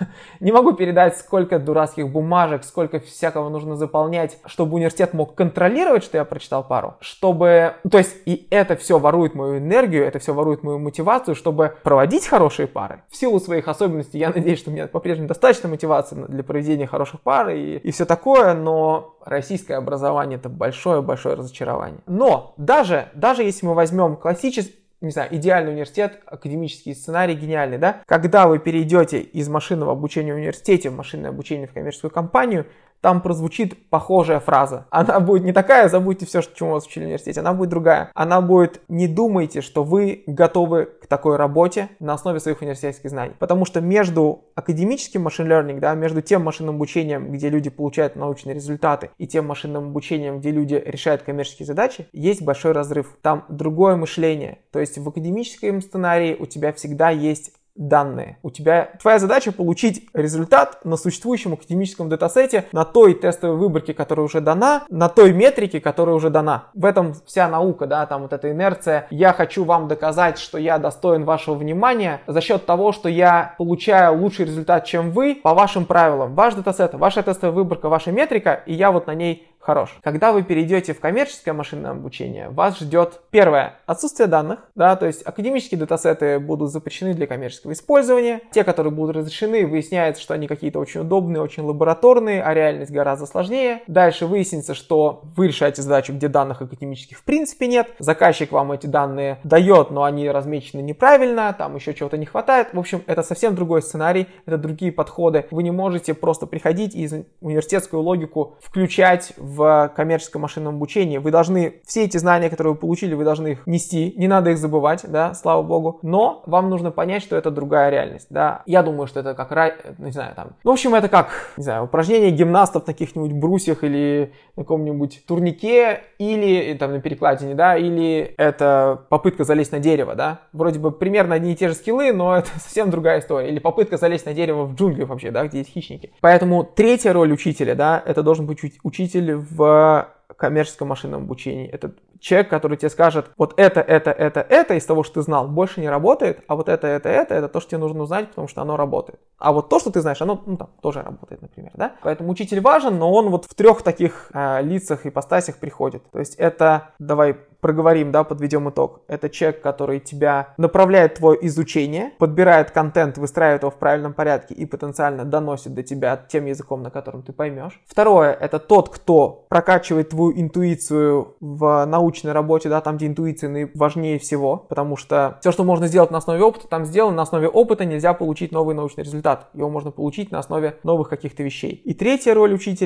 не могу передать, сколько дурацких бумажек, сколько всякого нужно заполнять, чтобы университет мог контролировать контролировать, что я прочитал пару, чтобы... То есть и это все ворует мою энергию, это все ворует мою мотивацию, чтобы проводить хорошие пары. В силу своих особенностей я надеюсь, что у меня по-прежнему достаточно мотивации для проведения хороших пар и, и все такое, но российское образование — это большое-большое разочарование. Но даже, даже если мы возьмем классический, не знаю, идеальный университет, академический сценарий гениальный, да? Когда вы перейдете из машинного обучения в университете в машинное обучение в коммерческую компанию, там прозвучит похожая фраза. Она будет не такая «забудьте все, чему вас учили в университете», она будет другая. Она будет «не думайте, что вы готовы к такой работе на основе своих университетских знаний». Потому что между академическим машин learning, да, между тем машинным обучением, где люди получают научные результаты, и тем машинным обучением, где люди решают коммерческие задачи, есть большой разрыв. Там другое мышление. То есть в академическом сценарии у тебя всегда есть данные. У тебя твоя задача получить результат на существующем академическом датасете, на той тестовой выборке, которая уже дана, на той метрике, которая уже дана. В этом вся наука, да, там вот эта инерция. Я хочу вам доказать, что я достоин вашего внимания за счет того, что я получаю лучший результат, чем вы, по вашим правилам. Ваш датасет, ваша тестовая выборка, ваша метрика, и я вот на ней хорош. Когда вы перейдете в коммерческое машинное обучение, вас ждет первое — отсутствие данных, да, то есть академические датасеты будут запрещены для коммерческого использования. Те, которые будут разрешены, выясняется, что они какие-то очень удобные, очень лабораторные, а реальность гораздо сложнее. Дальше выяснится, что вы решаете задачу, где данных академических в принципе нет. Заказчик вам эти данные дает, но они размечены неправильно, там еще чего-то не хватает. В общем, это совсем другой сценарий, это другие подходы. Вы не можете просто приходить и университетскую логику включать в в коммерческом машинном обучении. Вы должны, все эти знания, которые вы получили, вы должны их нести, не надо их забывать, да, слава богу, но вам нужно понять, что это другая реальность, да. Я думаю, что это как, не знаю, там, ну, в общем, это как, не знаю, упражнение гимнастов на каких-нибудь брусьях или на каком-нибудь турнике, или там на перекладине, да, или это попытка залезть на дерево, да. Вроде бы примерно одни и те же скиллы, но это совсем другая история. Или попытка залезть на дерево в джунглях вообще, да, где есть хищники. Поэтому третья роль учителя, да, это должен быть учитель в коммерческом машинном обучении. Это человек, который тебе скажет, вот это, это, это, это из того, что ты знал, больше не работает, а вот это, это, это, это то, что тебе нужно узнать, потому что оно работает. А вот то, что ты знаешь, оно, ну, там, тоже работает, например, да? Поэтому учитель важен, но он вот в трех таких э, лицах, ипостасях приходит. То есть это, давай проговорим, да, подведем итог. Это человек, который тебя направляет в твое изучение, подбирает контент, выстраивает его в правильном порядке и потенциально доносит до тебя тем языком, на котором ты поймешь. Второе, это тот, кто прокачивает твою интуицию в научной работе, да, там, где интуиция важнее всего, потому что все, что можно сделать на основе опыта, там сделано. На основе опыта нельзя получить новый научный результат. Его можно получить на основе новых каких-то вещей. И третья роль учителя —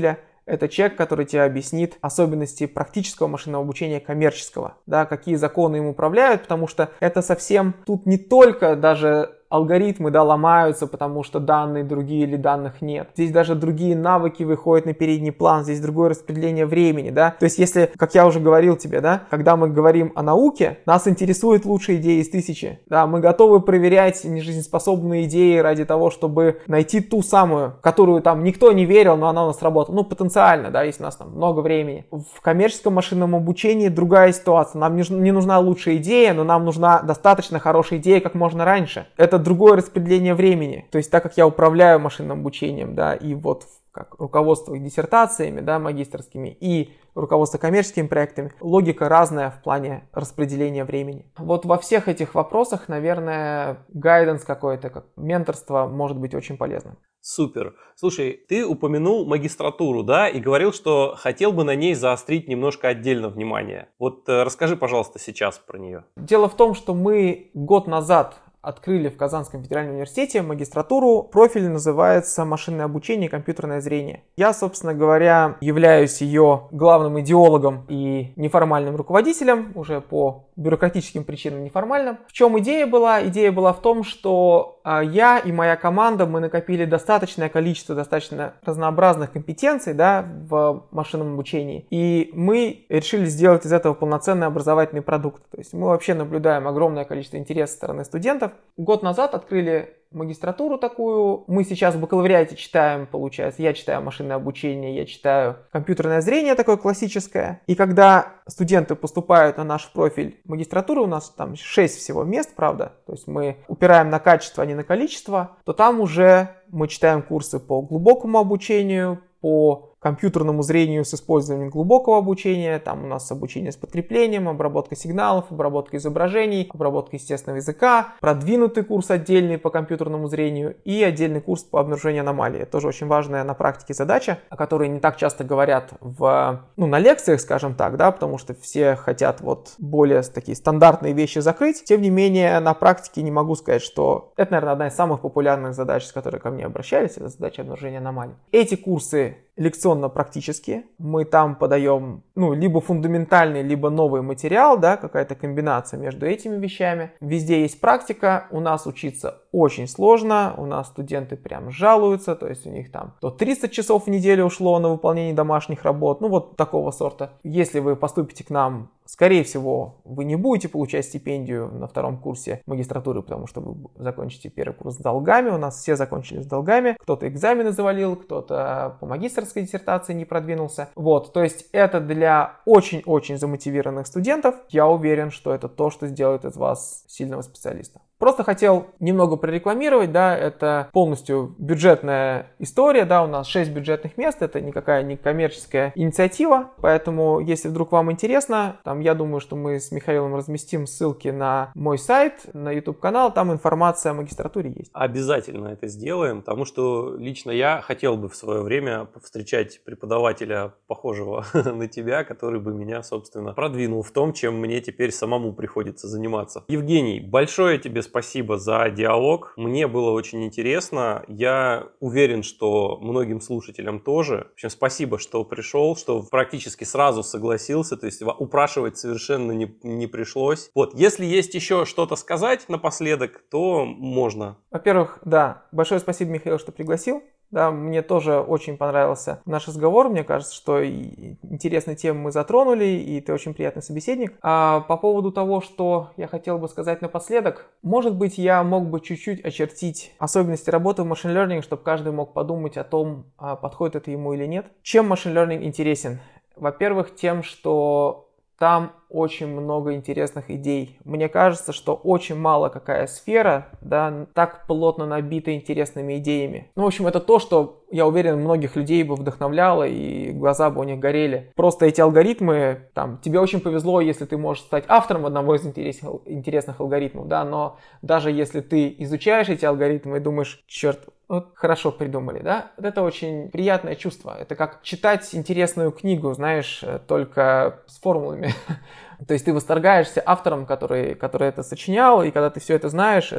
Это человек, который тебе объяснит особенности практического машинного обучения коммерческого, да, какие законы им управляют, потому что это совсем тут не только даже алгоритмы, да, ломаются, потому что данные другие или данных нет. Здесь даже другие навыки выходят на передний план, здесь другое распределение времени, да. То есть если, как я уже говорил тебе, да, когда мы говорим о науке, нас интересуют лучшие идеи из тысячи, да, мы готовы проверять нежизнеспособные идеи ради того, чтобы найти ту самую, которую там никто не верил, но она у нас работала, ну, потенциально, да, если у нас там много времени. В коммерческом машинном обучении другая ситуация, нам не нужна лучшая идея, но нам нужна достаточно хорошая идея как можно раньше. Это другое распределение времени. То есть так как я управляю машинным обучением, да, и вот как руководство диссертациями, да, магистерскими, и руководство коммерческими проектами, логика разная в плане распределения времени. Вот во всех этих вопросах, наверное, гайденс какой-то, как менторство может быть очень полезным. Супер. Слушай, ты упомянул магистратуру, да, и говорил, что хотел бы на ней заострить немножко отдельно внимание. Вот э, расскажи, пожалуйста, сейчас про нее. Дело в том, что мы год назад открыли в Казанском федеральном университете магистратуру. Профиль называется «Машинное обучение и компьютерное зрение». Я, собственно говоря, являюсь ее главным идеологом и неформальным руководителем, уже по бюрократическим причинам неформальным. В чем идея была? Идея была в том, что а, я и моя команда, мы накопили достаточное количество, достаточно разнообразных компетенций, да, в машинном обучении. И мы решили сделать из этого полноценный образовательный продукт. То есть мы вообще наблюдаем огромное количество интереса со стороны студентов. Год назад открыли магистратуру такую. Мы сейчас в бакалавриате читаем, получается, я читаю машинное обучение, я читаю компьютерное зрение такое классическое. И когда студенты поступают на наш профиль магистратуры, у нас там шесть всего мест, правда, то есть мы упираем на качество, а не на количество, то там уже мы читаем курсы по глубокому обучению, по компьютерному зрению с использованием глубокого обучения. Там у нас обучение с подкреплением, обработка сигналов, обработка изображений, обработка естественного языка, продвинутый курс отдельный по компьютерному зрению и отдельный курс по обнаружению аномалий. Это тоже очень важная на практике задача, о которой не так часто говорят в, ну, на лекциях, скажем так, да, потому что все хотят вот более такие стандартные вещи закрыть. Тем не менее, на практике не могу сказать, что это, наверное, одна из самых популярных задач, с которой ко мне обращались, это задача обнаружения аномалий. Эти курсы лекционно-практические. Мы там подаем, ну, либо фундаментальный, либо новый материал, да, какая-то комбинация между этими вещами. Везде есть практика, у нас учиться очень сложно, у нас студенты прям жалуются, то есть у них там то тридцать часов в неделю ушло на выполнение домашних работ, ну, вот такого сорта. Если вы поступите к нам, скорее всего, вы не будете получать стипендию на втором курсе магистратуры, потому что вы закончите первый курс с долгами. У нас все закончили с долгами. Кто-то экзамены завалил, кто-то по магистерской диссертации не продвинулся. Вот, то есть это для очень-очень замотивированных студентов. Я уверен, что это то, что сделает из вас сильного специалиста. Просто хотел немного прорекламировать, да, это полностью бюджетная история, да, у нас шесть бюджетных мест, это никакая не коммерческая инициатива, поэтому, если вдруг вам интересно, там, я думаю, что мы с Михаилом разместим ссылки на мой сайт, на YouTube-канал, там информация о магистратуре есть. Обязательно это сделаем, потому что лично я хотел бы в свое время встречать преподавателя, похожего на тебя, который бы меня, собственно, продвинул в том, чем мне теперь самому приходится заниматься. Евгений, большое тебе спасибо за диалог. Мне было очень интересно. Я уверен, что многим слушателям тоже. В общем, спасибо, что пришел, что практически сразу согласился. То есть упрашивать совершенно не, не пришлось. Вот, если есть еще что-то сказать напоследок, то можно. Во-первых, да, большое спасибо, Михаил, что пригласил. Да, мне тоже очень понравился наш разговор. Мне кажется, что и интересные темы мы затронули, и ты очень приятный собеседник. А по поводу того, что я хотел бы сказать напоследок, может быть, я мог бы чуть-чуть очертить особенности работы в machine learning, чтобы каждый мог подумать о том, подходит это ему или нет. Чем machine learning интересен? Во-первых, тем, что там очень много интересных идей. Мне кажется, что очень мало какая сфера, да, так плотно набита интересными идеями. Ну, в общем, это то, что, я уверен, многих людей бы вдохновляло, и глаза бы у них горели. Просто эти алгоритмы, там, тебе очень повезло, если ты можешь стать автором одного из интересных, интересных алгоритмов, да, но даже если ты изучаешь эти алгоритмы и думаешь, черт, вот хорошо придумали, да, вот это очень приятное чувство. Это как читать интересную книгу, знаешь, только с формулами. То есть ты восторгаешься автором, который, который это сочинял, и когда ты все это знаешь, это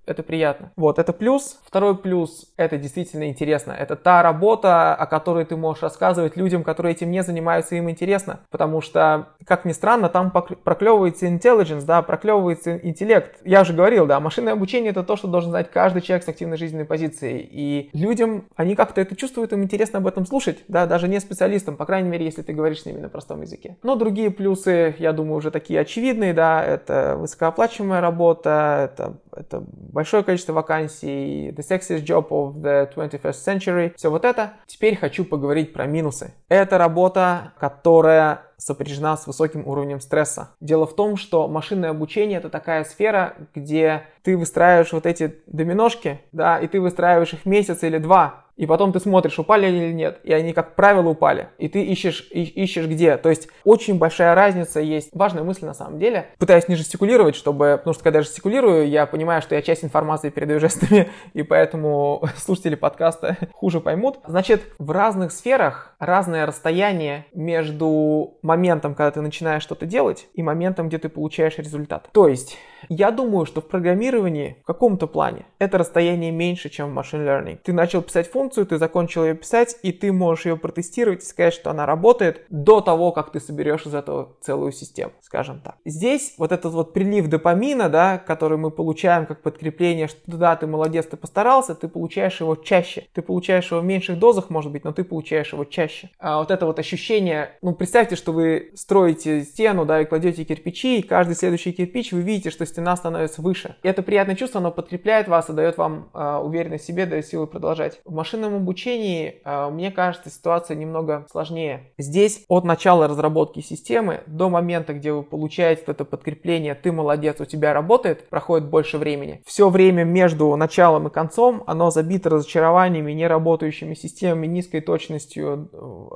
это приятно. Вот, это плюс. Второй плюс, это действительно интересно. Это та работа, о которой ты можешь рассказывать людям, которые этим не занимаются, им интересно. Потому что, как ни странно, там проклевывается intelligence, да, проклевывается интеллект. Я уже говорил, да, машинное обучение — это то, что должен знать каждый человек с активной жизненной позицией. И людям, они как-то это чувствуют, им интересно об этом слушать, да, даже не специалистам, по крайней мере, если ты говоришь с ними на простом языке. Но другие плюсы, я думаю, уже такие очевидные, да, это высокооплачиваемая работа, это, это большое количество вакансий, the sexiest job of the twenty-first century, все вот это. Теперь хочу поговорить про минусы. Это работа, которая сопряжена с высоким уровнем стресса. Дело в том, что машинное обучение — это такая сфера, где ты выстраиваешь вот эти доминошки, да, и ты выстраиваешь их месяц или два, и потом ты смотришь, упали или нет, и они, как правило, упали, и ты ищешь, и, ищешь где. То есть очень большая разница есть. Важная мысль на самом деле. Пытаюсь не жестикулировать, чтобы, потому что когда я жестикулирую, я понимаю, что я часть информации передаю жестами, и поэтому слушатели подкаста хуже поймут. Значит, в разных сферах разное расстояние между моментом, когда ты начинаешь что-то делать, и моментом, где ты получаешь результат. То есть, я думаю, что в программировании в каком-то плане это расстояние меньше, чем в machine learning. Ты начал писать функцию, ты закончил ее писать, и ты можешь ее протестировать и сказать, что она работает до того, как ты соберешь из этого целую систему, скажем так. Здесь вот этот вот прилив допамина, да, который мы получаем как подкрепление, что да, ты молодец, ты постарался, ты получаешь его чаще. Ты получаешь его в меньших дозах, может быть, но ты получаешь его чаще. А вот это вот ощущение, ну, представьте, что вы строите стену, да, и кладете кирпичи, и каждый следующий кирпич вы видите, что стена становится выше. И это приятное чувство, оно подкрепляет вас и дает вам э, уверенность в себе, дает силы продолжать. В машинном обучении, э, мне кажется, ситуация немного сложнее. Здесь от начала разработки системы до момента, где вы получаете это подкрепление, ты молодец, у тебя работает, проходит больше времени. Все время между началом и концом, оно забито разочарованиями, неработающими системами, низкой точностью,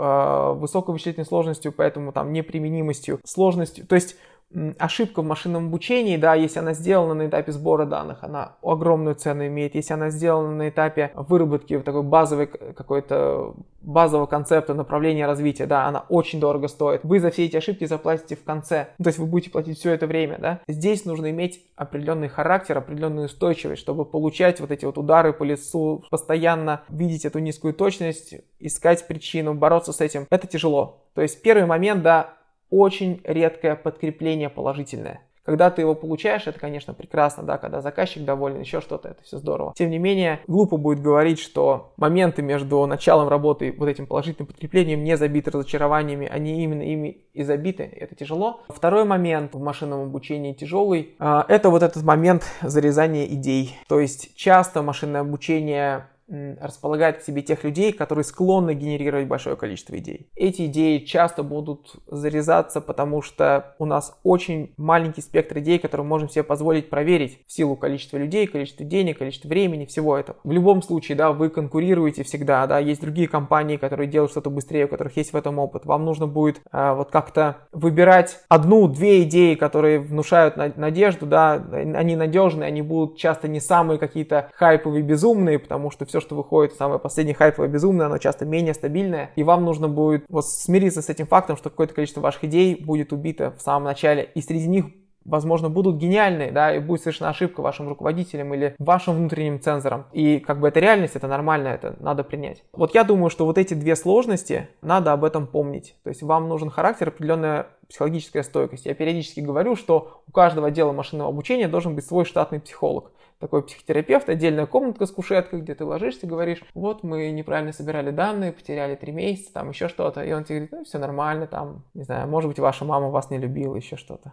э, высокой вычислительной сложностью, поэтому там неприменимостью, сложностью. То есть ошибка в машинном обучении, да, если она сделана на этапе сбора данных, она огромную цену имеет. Если она сделана на этапе выработки такой базовой какой-то базового концепта направления развития, да, она очень дорого стоит. Вы за все эти ошибки заплатите в конце. То есть вы будете платить все это время, да. Здесь нужно иметь определенный характер, определенную устойчивость, чтобы получать вот эти вот удары по лицу, постоянно видеть эту низкую точность, искать причину, бороться с этим. Это тяжело. То есть первый момент, да, очень редкое подкрепление положительное. Когда ты его получаешь, это, конечно, прекрасно, да, когда заказчик доволен, еще что-то, это все здорово. Тем не менее, глупо будет говорить, что моменты между началом работы и вот этим положительным подкреплением не забиты разочарованиями, они именно ими и забиты, это тяжело. Второй момент в машинном обучении тяжелый, это вот этот момент зарезания идей. То есть часто машинное обучение располагает к себе тех людей, которые склонны генерировать большое количество идей. Эти идеи часто будут зарезаться, потому что у нас очень маленький спектр идей, которые мы можем себе позволить проверить в силу количества людей, количества денег, количества времени, всего этого. В любом случае, да, вы конкурируете всегда, да, есть другие компании, которые делают что-то быстрее, у которых есть в этом опыт. Вам нужно будет а, вот как-то выбирать одну-две идеи, которые внушают надежду, да, они надежные, они будут часто не самые какие-то хайповые, безумные, потому что все, что выходит, самое последнее хайповое, безумное, оно часто менее стабильное, и вам нужно будет вот смириться с этим фактом, что какое-то количество ваших идей будет убито в самом начале, и среди них, возможно, будут гениальные, да, и будет совершена ошибка вашим руководителем или вашим внутренним цензором, и как бы это реальность, это нормально, это надо принять. Вот я думаю, что вот эти две сложности, надо об этом помнить, то есть вам нужен характер, определенная психологическая стойкость. Я периодически говорю, что у каждого отдела машинного обучения должен быть свой штатный психолог. Такой психотерапевт, отдельная комнатка с кушеткой, где ты ложишься и говоришь, вот мы неправильно собирали данные, потеряли три месяца, там еще что-то. И он тебе говорит, ну все нормально, там, не знаю, может быть, ваша мама вас не любила, еще что-то.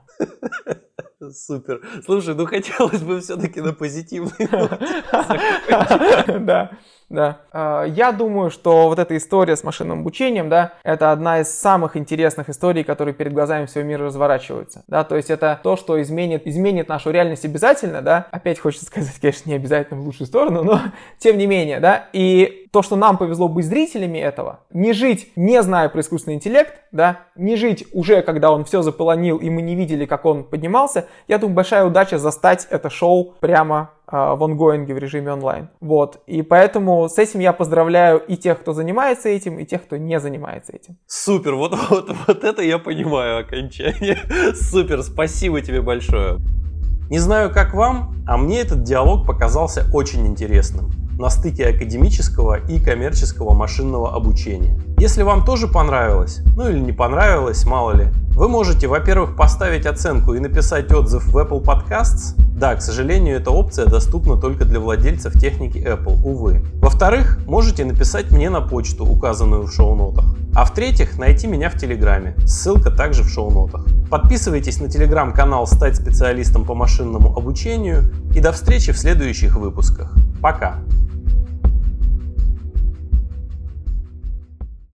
Супер. Слушай, ну хотелось бы все-таки на позитивной ноте. Да. Да. Я думаю, что вот эта история с машинным обучением, да, это одна из самых интересных историй, которые перед глазами всего мира разворачиваются. Да, то есть это то, что изменит, изменит нашу реальность обязательно, да. Опять хочется сказать, конечно, не обязательно в лучшую сторону, но тем не менее, да. И то, что нам повезло быть зрителями этого, не жить, не зная про искусственный интеллект, да, не жить уже, когда он все заполонил, и мы не видели, как он поднимался, я думаю, большая удача застать это шоу прямо в онгоинге, в режиме онлайн. Вот. И поэтому с этим я поздравляю и тех, кто занимается этим, и тех, кто не занимается этим. Супер, вот, вот, вот это я понимаю окончание. Супер, спасибо тебе большое. Не знаю, как вам, а мне этот диалог показался очень интересным на стыке академического и коммерческого машинного обучения. Если вам тоже понравилось, ну или не понравилось, мало ли, вы можете, во-первых, поставить оценку и написать отзыв в Apple Podcasts. Да, к сожалению, эта опция доступна только для владельцев техники Apple, увы. Во-вторых, можете написать мне на почту, указанную в шоу-нотах. А в-третьих, найти меня в Телеграме, ссылка также в шоу-нотах. Подписывайтесь на Телеграм-канал «Стать специалистом по машинному обучению» и до встречи в следующих выпусках. Пока!